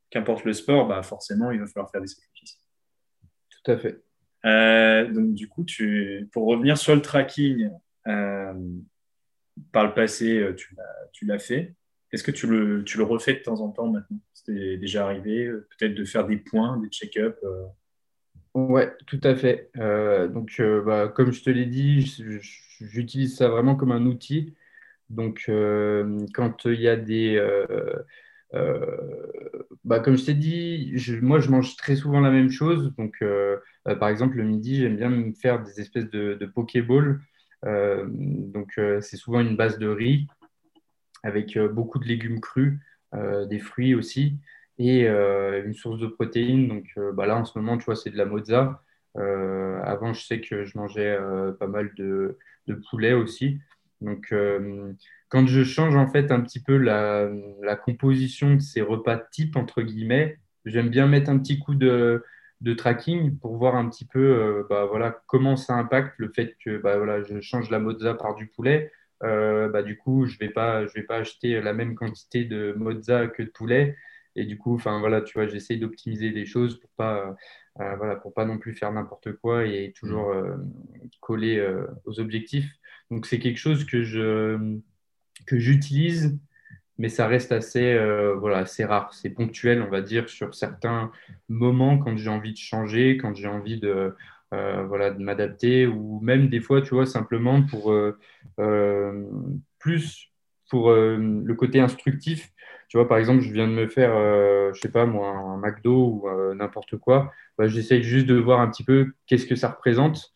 qu'importe le sport, bah, forcément, il va falloir faire des sacrifices. Tout à fait. Euh, donc, du coup, tu, pour revenir sur le tracking, euh, par le passé, euh, tu l'as, tu l'as fait. Est-ce que tu le, tu le refais de temps en temps maintenant? C'était déjà arrivé, euh, peut-être de faire des points, des check-ups. euh. Ouais, tout à fait. Euh, donc, euh, bah, comme je te l'ai dit, j- j- j'utilise ça vraiment comme un outil. Donc, euh, quand il y a des, euh, euh, bah, comme je t'ai dit, je- moi, je mange très souvent la même chose. Donc, euh, euh, par exemple, le midi, j'aime bien me faire des espèces de, de Pokéballs. Euh, donc, euh, c'est souvent une base de riz avec euh, beaucoup de légumes crus, euh, des fruits aussi, et euh, une source de protéines. Donc, euh, bah, là, en ce moment, tu vois, c'est de la mozza. Euh, avant, je sais que je mangeais euh, pas mal de, de poulet aussi. Donc, euh, quand je change en fait un petit peu la, la composition de ces repas types, entre guillemets, j'aime bien mettre un petit coup de, de tracking pour voir un petit peu euh, bah, voilà, comment ça impacte le fait que bah, voilà, je change la mozza par du poulet. Euh, bah, du coup, je vais pas, je vais pas acheter la même quantité de mozza que de poulet. Et du coup, enfin voilà, tu vois, j'essaye d'optimiser les choses pour pas, euh, voilà, pour pas non plus faire n'importe quoi et toujours euh, coller euh, aux objectifs. Donc c'est quelque chose que je que j'utilise, mais ça reste assez, euh, voilà, assez rare. C'est ponctuel, on va dire, sur certains moments quand j'ai envie de changer, quand j'ai envie de, euh, voilà, de m'adapter, ou même des fois, tu vois, simplement pour euh, euh, plus pour euh, le côté instructif. Tu vois, par exemple, je viens de me faire, euh, je sais pas moi, un McDo ou euh, n'importe quoi. Bah, j'essaye juste de voir un petit peu qu'est-ce que ça représente.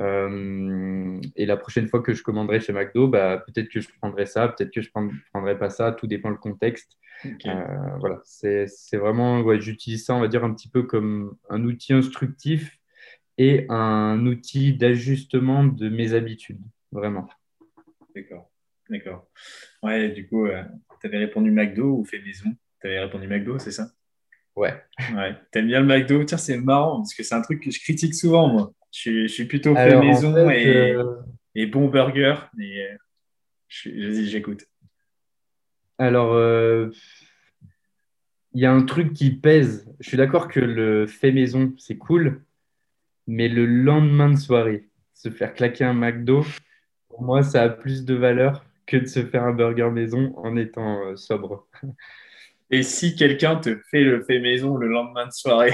Euh, et la prochaine fois que je commanderai chez McDo, bah, peut-être que je prendrai ça, peut-être que je ne prendrai pas ça, tout dépend le contexte. Euh, Ok. voilà, c'est, c'est vraiment, ouais, j'utilise ça, on va dire, un petit peu comme un outil instructif et un outil d'ajustement de mes habitudes, vraiment. D'accord. D'accord. Ouais, du coup, tu avais répondu McDo ou fait maison? Tu avais répondu McDo, c'est ça? Ouais. Ouais. T'aimes bien le McDo? Tiens, c'est marrant parce que c'est un truc que je critique souvent, moi. Je suis, je suis plutôt fait Alors en maison fait, et, euh, et bon burger, mais euh, je suis- vas-y, j'écoute. alors euh, il y a un truc qui pèse. Je suis d'accord que le fait maison, c'est cool, mais le lendemain de soirée, se faire claquer un McDo, pour moi, ça a plus de valeur que de se faire un burger maison en étant euh, sobre. Et si quelqu'un te fait le fait maison le lendemain de soirée?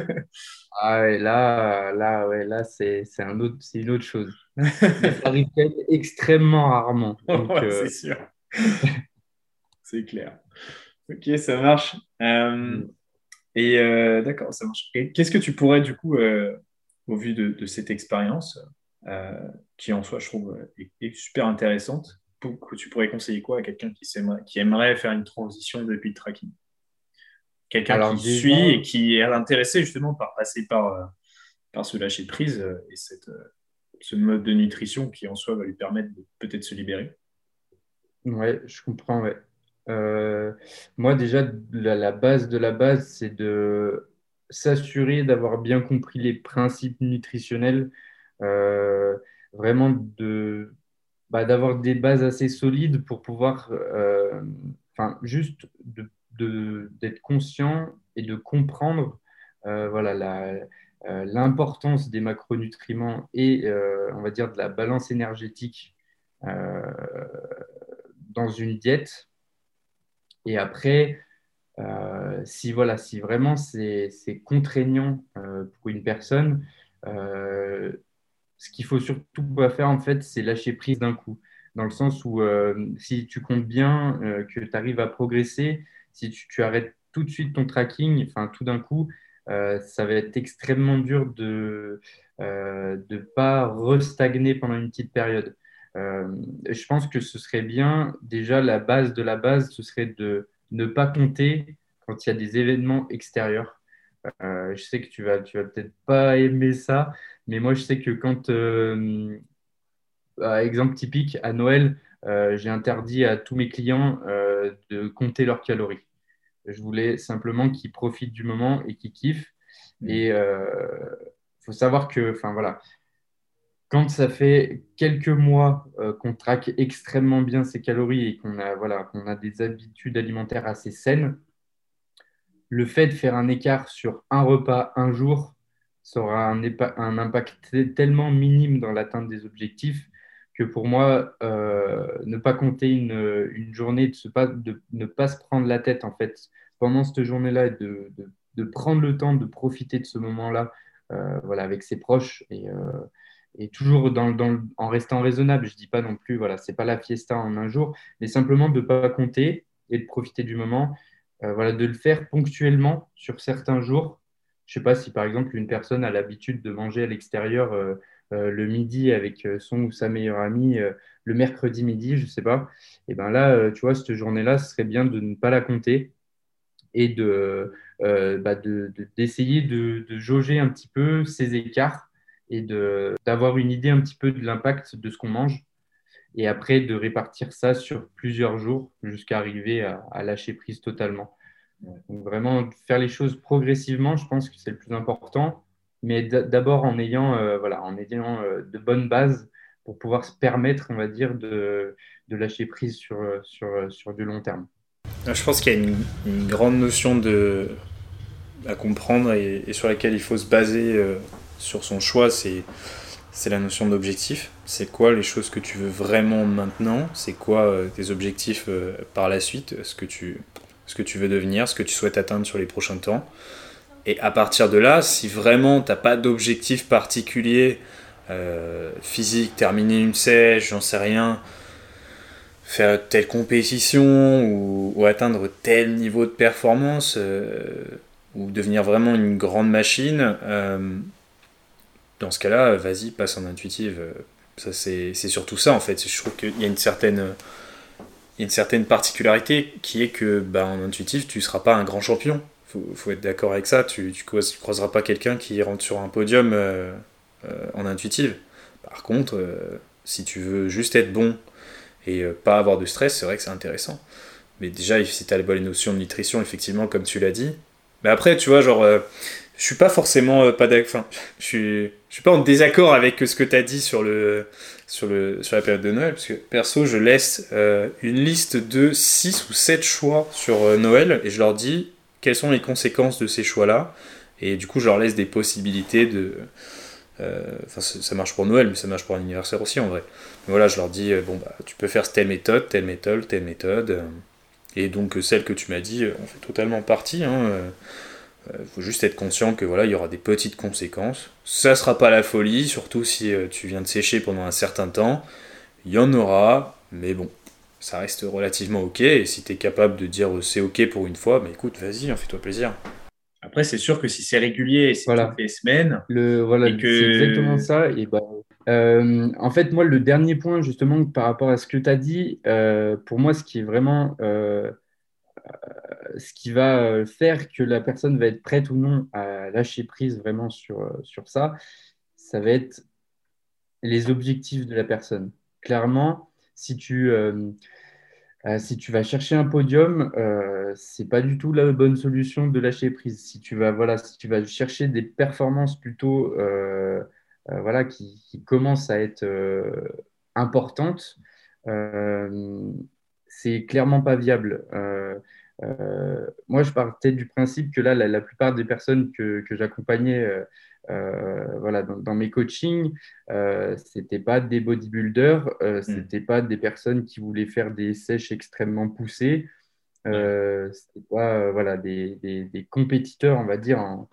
Ah ouais, là, là, ouais, là, c'est, c'est un autre, c'est une autre chose. Mais ça arrive quand même extrêmement rarement. Donc, Ouais, c'est euh, sûr. C'est clair. Ok, ça marche. Euh, et euh, d'accord, ça marche. Et qu'est-ce que tu pourrais, du coup, euh, au vu de, de cette expérience, euh, qui en soi, je trouve, euh, est, est super intéressante, pour- que tu pourrais conseiller quoi à quelqu'un qui, s'aimerait- qui aimerait faire une transition depuis le tracking? Quelqu'un qui alors déjà, suit et qui est intéressé justement par passer par, euh, par ce lâcher prise euh, et cette, euh, ce mode de nutrition qui en soi va lui permettre de peut-être se libérer. ouais, je comprends, ouais. Euh, moi, déjà, la, la base de la base, c'est de s'assurer d'avoir bien compris les principes nutritionnels, euh, vraiment de, bah, d'avoir des bases assez solides pour pouvoir, euh, enfin, juste de, de- d'être conscient et de comprendre, euh, voilà, la, euh, l'importance des macronutriments et, euh, on va dire, de la balance énergétique euh, dans une diète. Et après, euh, si, voilà, si vraiment c'est, c'est contraignant euh, pour une personne, euh, ce qu'il faut surtout pas faire, en fait, c'est lâcher prise d'un coup. Dans le sens où euh, si tu comptes bien, euh, que tu arrives à progresser, si tu, tu arrêtes tout de suite ton tracking, enfin tout d'un coup, euh, ça va être extrêmement dur de euh, de pas restagner pendant une petite période. Euh, je pense que ce serait bien, déjà la base de la base, ce serait de ne pas compter quand il y a des événements extérieurs. Euh, je sais que tu vas, tu vas peut-être pas aimer ça, mais moi, je sais que quand, euh, par exemple typique, à Noël, euh, j'ai interdit à tous mes clients euh, de compter leurs calories. Je voulais simplement qu'ils profitent du moment et qu'ils kiffent. Et il euh, faut savoir que, enfin voilà, quand ça fait quelques mois euh, qu'on traque extrêmement bien ses calories et qu'on a, voilà, qu'on a des habitudes alimentaires assez saines, le fait de faire un écart sur un repas, un jour, ça aura un, épa- un impact t- tellement minime dans l'atteinte des objectifs que pour moi, euh, ne pas compter une, une journée, de, se pas, de ne pas se prendre la tête en fait pendant cette journée-là, et de, de, de prendre le temps de profiter de ce moment-là, euh, voilà, avec ses proches et, euh, et toujours dans, dans le- en restant raisonnable. Je dis pas non plus, voilà, c'est pas la fiesta en un jour, mais simplement de ne pas compter et de profiter du moment. Euh, voilà, de le faire ponctuellement sur certains jours. Je sais pas si par exemple une personne a l'habitude de manger à l'extérieur euh, euh, le midi avec euh, son ou sa meilleure amie euh, le mercredi midi, je sais pas. Et ben là, euh, tu vois, cette journée-là, ce serait bien de ne pas la compter et de, euh, bah, de, de- d'essayer de, de jauger un petit peu ces écarts et de, d'avoir une idée un petit peu de l'impact de ce qu'on mange et après de répartir ça sur plusieurs jours jusqu'à arriver à, à lâcher prise totalement. Donc vraiment faire les choses progressivement, je pense que c'est le plus important, mais d- d'abord en ayant, euh, voilà, en ayant euh, de bonnes bases pour pouvoir se permettre, on va dire, de, de lâcher prise sur, euh, sur, euh, sur du long terme. Je pense qu'il y a une, une grande notion de, à comprendre et, et sur laquelle il faut se baser euh, sur son choix, c'est, c'est la notion d'objectif. C'est quoi les choses que tu veux vraiment maintenant? C'est quoi euh, tes objectifs euh, par la suite? Ce que, tu, ce que tu veux devenir, ce que tu souhaites atteindre sur les prochains temps. Et à partir de là, si vraiment tu n'as pas d'objectif particulier, euh, physique, terminer une sèche, j'en sais rien, faire telle compétition ou, ou atteindre tel niveau de performance, euh, ou devenir vraiment une grande machine, euh, dans ce cas-là, vas-y, passe en intuitive. Ça, c'est, c'est surtout ça en fait. Je trouve qu'il y a une certaine, il y a une certaine particularité qui est que bah, en intuitif, tu ne seras pas un grand champion. Faut, faut être d'accord avec ça. Tu, tu, tu croiseras pas quelqu'un qui rentre sur un podium euh, euh, en intuitive. Par contre, euh, si tu veux juste être bon et euh, pas avoir de stress, c'est vrai que c'est intéressant. Mais déjà, si tu as les bonnes notions de nutrition, effectivement, comme tu l'as dit. Mais après, tu vois, genre, euh, je suis pas forcément euh, pas d'accord. Enfin, je suis, je suis pas en désaccord avec ce que tu as dit sur le, sur le, sur la période de Noël, parce que perso, je laisse euh, une liste de six ou sept choix sur euh, Noël et je leur dis quelles sont les conséquences de ces choix-là. Et du coup, je leur laisse des possibilités de. euh, Enfin, ça ça marche pour Noël, mais ça marche pour l'anniversaire aussi en vrai. Mais voilà, je leur dis euh, bon bah, tu peux faire telle méthode, telle méthode, telle méthode. euh, et donc euh, celle que tu m'as dit, euh, on fait totalement partie. Hein, euh, Il faut juste être conscient que voilà, il y aura des petites conséquences. Ça sera pas la folie, surtout si euh, tu viens de sécher pendant un certain temps. Il y en aura, mais bon, ça reste relativement ok. Et si tu es capable de dire euh, c'est ok pour une fois, bah écoute, vas-y, hein, fais-toi plaisir. Après, c'est sûr que si c'est régulier et c'est toutes Voilà, les semaines, le, voilà, et c'est exactement que ça. Et bah, euh, en fait, moi, le dernier point, justement, par rapport à ce que tu as dit, euh, pour moi, ce qui est vraiment euh, ce qui va euh, faire que la personne va être prête ou non à lâcher prise vraiment sur, euh, sur ça, ça va être les objectifs de la personne. Clairement, si tu, euh, euh, si tu vas chercher un podium, euh, c'est pas du tout la bonne solution de lâcher prise. Si tu vas, voilà, si tu vas chercher des performances plutôt euh, euh, voilà, qui, qui commencent à être euh, importantes, euh, c'est clairement pas viable. Euh, euh, moi, je partais du principe que là, la, la plupart des personnes que, que j'accompagnais euh, euh, voilà, dans, dans mes coachings, euh, c'était pas des bodybuilders, euh, hmm, c'était pas des personnes qui voulaient faire des sèches extrêmement poussées, ouais, euh, c'était pas euh, voilà, des, des, des compétiteurs, on va dire, en,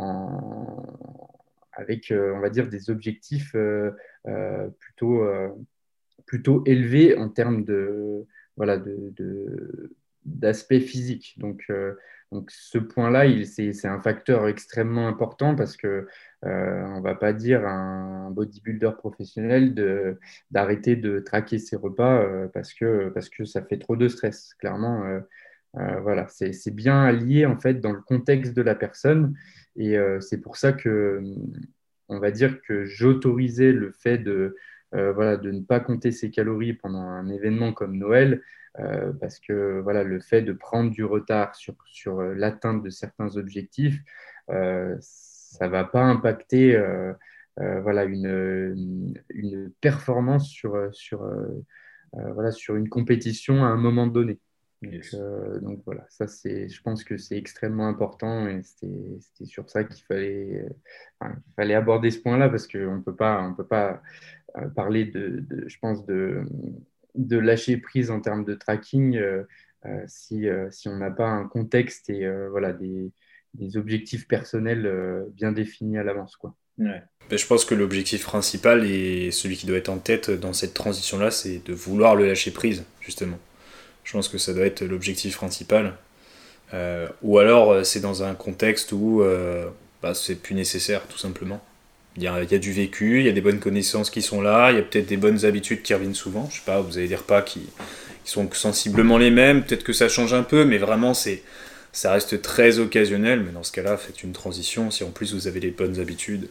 en- avec, euh, on va dire, des objectifs euh, euh, plutôt, euh, plutôt élevés en termes de, voilà, de, de- d'aspect physique. Donc, euh, donc ce point-là, il, c'est, c'est un facteur extrêmement important parce que euh, on va pas dire à un bodybuilder professionnel de, d'arrêter de traquer ses repas euh, parce que, parce que ça fait trop de stress. Clairement, euh, euh, voilà, c'est, c'est bien lié en fait dans le contexte de la personne et euh, c'est pour ça que on va dire que j'autorisais le fait de, euh, voilà, de ne pas compter ses calories pendant un événement comme Noël, euh, parce que voilà, le fait de prendre du retard sur, sur euh, l'atteinte de certains objectifs, euh, ça ne va pas impacter euh, euh, voilà, une, une performance sur, sur, euh, euh, voilà, sur une compétition à un moment donné. Donc, Yes. euh, donc voilà, ça c'est, je pense que c'est extrêmement important et c'était, c'était sur ça qu'il fallait, enfin, il fallait aborder ce point-là parce qu'on peut pas, on peut pas euh, parler de, de- je pense, de, de lâcher prise en termes de tracking euh, euh, si, euh, si on n'a pas un contexte et euh, voilà, des, des objectifs personnels euh, bien définis à l'avance, quoi. Ouais. Ben, je pense que l'objectif principal et celui qui doit être en tête dans cette transition-là, c'est de vouloir le lâcher prise, justement. Je pense que ça doit être l'objectif principal. Euh, ou alors, euh, c'est dans un contexte où euh, bah, c'est plus nécessaire, tout simplement. Il y a, il y a du vécu, il y a des bonnes connaissances qui sont là, il y a peut-être des bonnes habitudes qui reviennent souvent. Je sais pas, vous avez des repas qui, qui sont sensiblement les mêmes, peut-être que ça change un peu, mais vraiment, c'est, ça reste très occasionnel. Mais dans ce cas-là, faites une transition. Si en plus vous avez les bonnes habitudes,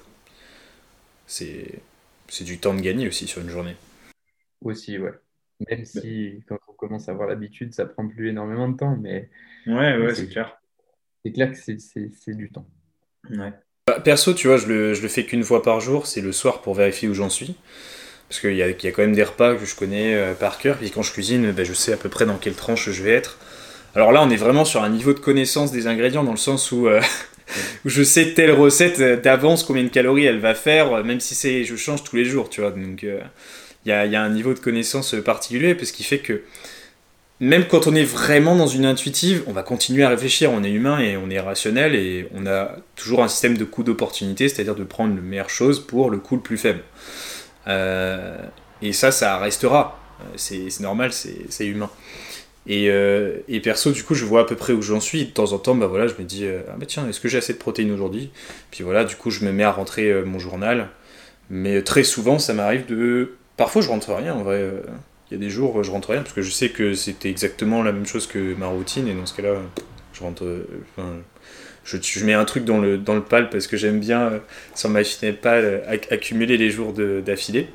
c'est, c'est du temps de gagner aussi sur une journée. Aussi, ouais. Même Ben, si quand on commence à avoir l'habitude, ça prend plus énormément de temps, mais, ouais, mais ouais, c'est c'est, clair. c'est clair que c'est, c'est, c'est du temps. Ouais. Bah, perso, tu vois, je le, je le fais qu'une fois par jour, c'est le soir pour vérifier où j'en suis. Parce qu'il y a, il y a quand même des repas que je connais euh, par cœur, puis quand je cuisine, bah, je sais à peu près dans quelle tranche je vais être. Alors là, on est vraiment sur un niveau de connaissance des ingrédients, dans le sens où, euh, où je sais telle recette euh, d'avance combien de calories elle va faire, euh, même si c'est, je change tous les jours, tu vois. Donc euh, il y, a, il y a un niveau de connaissance euh, particulier, parce qu'il fait que même quand on est vraiment dans une intuitive, on va continuer à réfléchir, on est humain et on est rationnel, et on a toujours un système de coût d'opportunité, c'est-à-dire de prendre la meilleure chose pour le coût le plus faible. Euh, et ça, ça restera. Euh, C'est, c'est normal, c'est, c'est humain. Et, euh, et perso, du coup, je vois à peu près où j'en suis. De temps en temps, bah voilà, je me dis, euh, ah bah tiens, est-ce que j'ai assez de protéines aujourd'hui? Puis voilà, du coup, je me mets à rentrer euh, mon journal. Mais très souvent, ça m'arrive de. Parfois, je rentre rien en vrai. euh, Il y a des jours, je rentre rien parce que je sais que c'était exactement la même chose que ma routine. Et dans ce cas-là, je rentre. euh, enfin, je, je mets un truc dans le, dans le pal parce que j'aime bien, euh, sur MyFitnessPal, euh, acc- accumuler les jours de- d'affilée.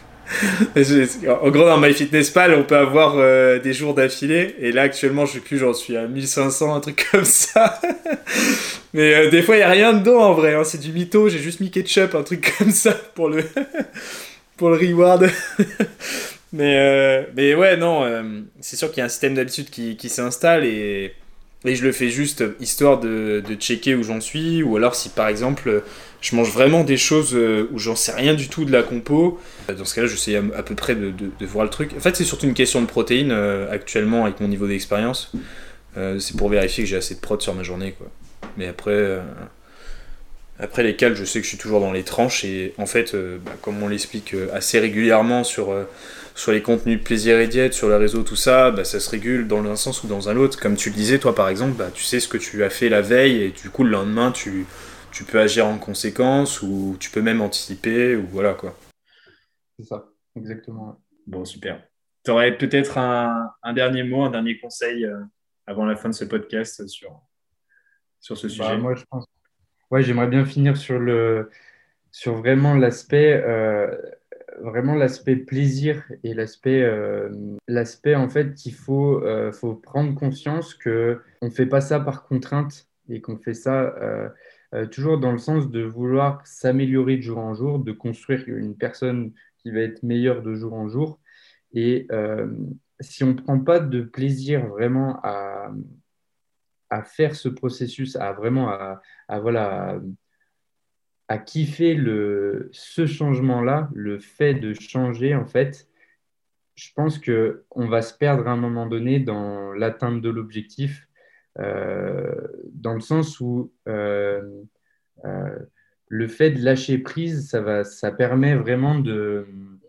En gros, dans MyFitnessPal, on peut avoir euh, des jours d'affilée. Et là, actuellement, je sais plus, j'en suis à mille cinq cents, un truc comme ça. Mais euh, des fois, il n'y a rien dedans en vrai. Hein. C'est du mytho. J'ai juste mis ketchup, un truc comme ça pour le, pour le reward. Mais, euh, mais ouais, non, euh, c'est sûr qu'il y a un système d'habitude qui, qui s'installe et, et je le fais juste histoire de, de checker où j'en suis. Ou alors, si par exemple, je mange vraiment des choses euh, où j'en sais rien du tout de la compo, euh, dans ce cas-là, j'essaie à, à peu près de, de, de voir le truc. En fait, c'est surtout une question de protéines euh, actuellement avec mon niveau d'expérience. Euh, c'est pour vérifier que j'ai assez de prot sur ma journée, quoi. Mais après, euh, après les cales, je sais que je suis toujours dans les tranches et en fait, euh, bah, comme on l'explique euh, assez régulièrement sur, euh, sur les contenus de plaisir et diète, sur le réseau, tout ça, bah, ça se régule dans un sens ou dans un autre. Comme tu le disais, toi par exemple, bah, tu sais ce que tu as fait la veille et du coup le lendemain, tu, tu peux agir en conséquence ou tu peux même anticiper ou voilà quoi. C'est ça, exactement. Ouais. Bon, super. Tu aurais peut-être un, un dernier mot, un dernier conseil euh, avant la fin de ce podcast sur, sur ce Bah, sujet? moi, je pense, ouais, j'aimerais bien finir sur le, sur vraiment l'aspect, euh, vraiment l'aspect plaisir et l'aspect, euh, l'aspect en fait qu'il faut, euh, faut prendre conscience que on fait pas ça par contrainte et qu'on fait ça euh, euh, toujours dans le sens de vouloir s'améliorer de jour en jour, de construire une personne qui va être meilleure de jour en jour. Et euh, si on ne prend pas de plaisir vraiment à, à faire ce processus, à vraiment à, à, voilà, à kiffer le, ce changement-là, le fait de changer, en fait, je pense que on va se perdre à un moment donné dans l'atteinte de l'objectif, euh, dans le sens où euh, euh, le fait de lâcher prise, ça va, ça permet vraiment de,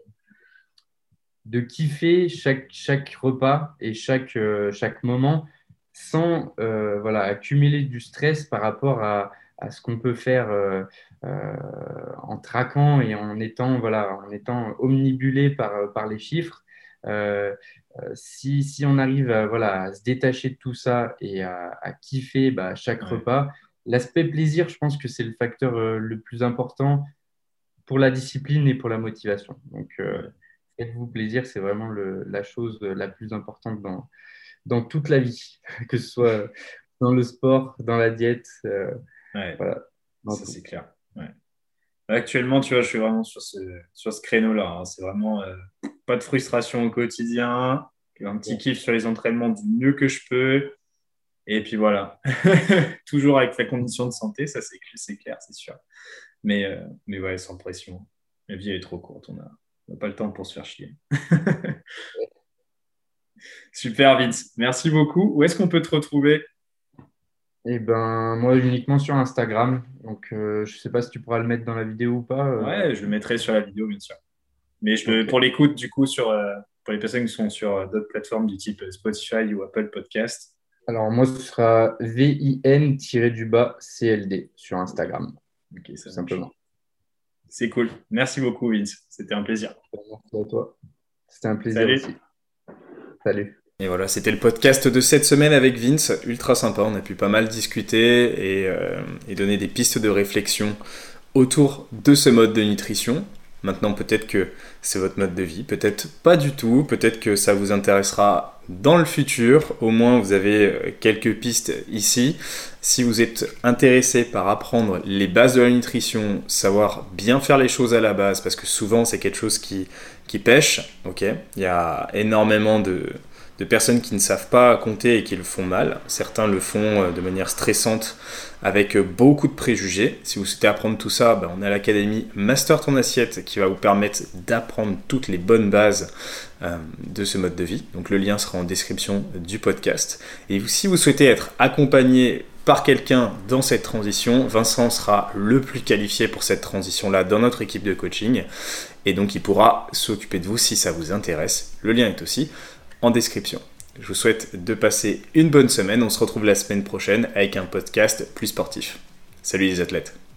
de kiffer chaque, chaque repas et chaque, euh, chaque moment sans euh, voilà, accumuler du stress par rapport à, à ce qu'on peut faire euh, euh, en traquant et en étant, voilà, en étant omnibulé par, par les chiffres. Euh, euh, si, si on arrive à, voilà, à se détacher de tout ça et à, à kiffer bah, chaque Ouais. repas, l'aspect plaisir, je pense que c'est le facteur euh, le plus important pour la discipline et pour la motivation. Donc, euh, Ouais. faites-vous plaisir, c'est vraiment le, la chose la plus importante dans, dans toute la vie, que ce soit dans le sport, dans la diète, euh, Ouais. voilà, dans Ça, tout. c'est clair. Ouais. Actuellement, tu vois, je suis vraiment sur ce, sur ce créneau-là. Hein. C'est vraiment euh, pas de frustration au quotidien, un petit kiff sur les entraînements du mieux que je peux. Et puis voilà, toujours avec la condition de santé, ça c'est, c'est clair, c'est sûr. Mais, euh, mais ouais, sans pression. La vie elle est trop courte, on n'a on a pas le temps pour se faire chier. Super Vince, merci beaucoup. Où est-ce qu'on peut te retrouver? Et ben moi uniquement sur Instagram. Donc euh, je sais pas si tu pourras le mettre dans la vidéo ou pas. euh. Ouais, je le mettrai sur la vidéo, bien sûr. Mais je peux, Ok. pour l'écoute, du coup, sur, euh, pour les personnes qui sont sur euh, d'autres plateformes du type Spotify ou Apple Podcast. Alors moi ce sera V I N-du-bas C L D sur Instagram, Ok, ça tout marche. simplement. C'est cool. Merci beaucoup, Vince. C'était un plaisir. Merci à toi. C'était un plaisir Salut. aussi. Salut. Et voilà, c'était le podcast de cette semaine avec Vince, ultra sympa, on a pu pas mal discuter et, euh, et donner des pistes de réflexion autour de ce mode de nutrition. Maintenant, peut-être que c'est votre mode de vie, peut-être pas du tout, peut-être que ça vous intéressera dans le futur. Au moins, vous avez quelques pistes ici. Si vous êtes intéressé par apprendre les bases de la nutrition, savoir bien faire les choses à la base, parce que souvent, c'est quelque chose qui, qui pêche. Okay, il y a énormément de... de personnes qui ne savent pas compter et qui le font mal. Certains le font de manière stressante avec beaucoup de préjugés. Si vous souhaitez apprendre tout ça, ben on a l'académie Master ton assiette qui va vous permettre d'apprendre toutes les bonnes bases euh, de ce mode de vie. Donc le lien sera en description du podcast. Et si vous souhaitez être accompagné par quelqu'un dans cette transition, Vincent sera le plus qualifié pour cette transition-là dans notre équipe de coaching. Et donc il pourra s'occuper de vous si ça vous intéresse. Le lien est aussi en description. Je vous souhaite de passer une bonne semaine. On se retrouve la semaine prochaine avec un podcast plus sportif. Salut les athlètes.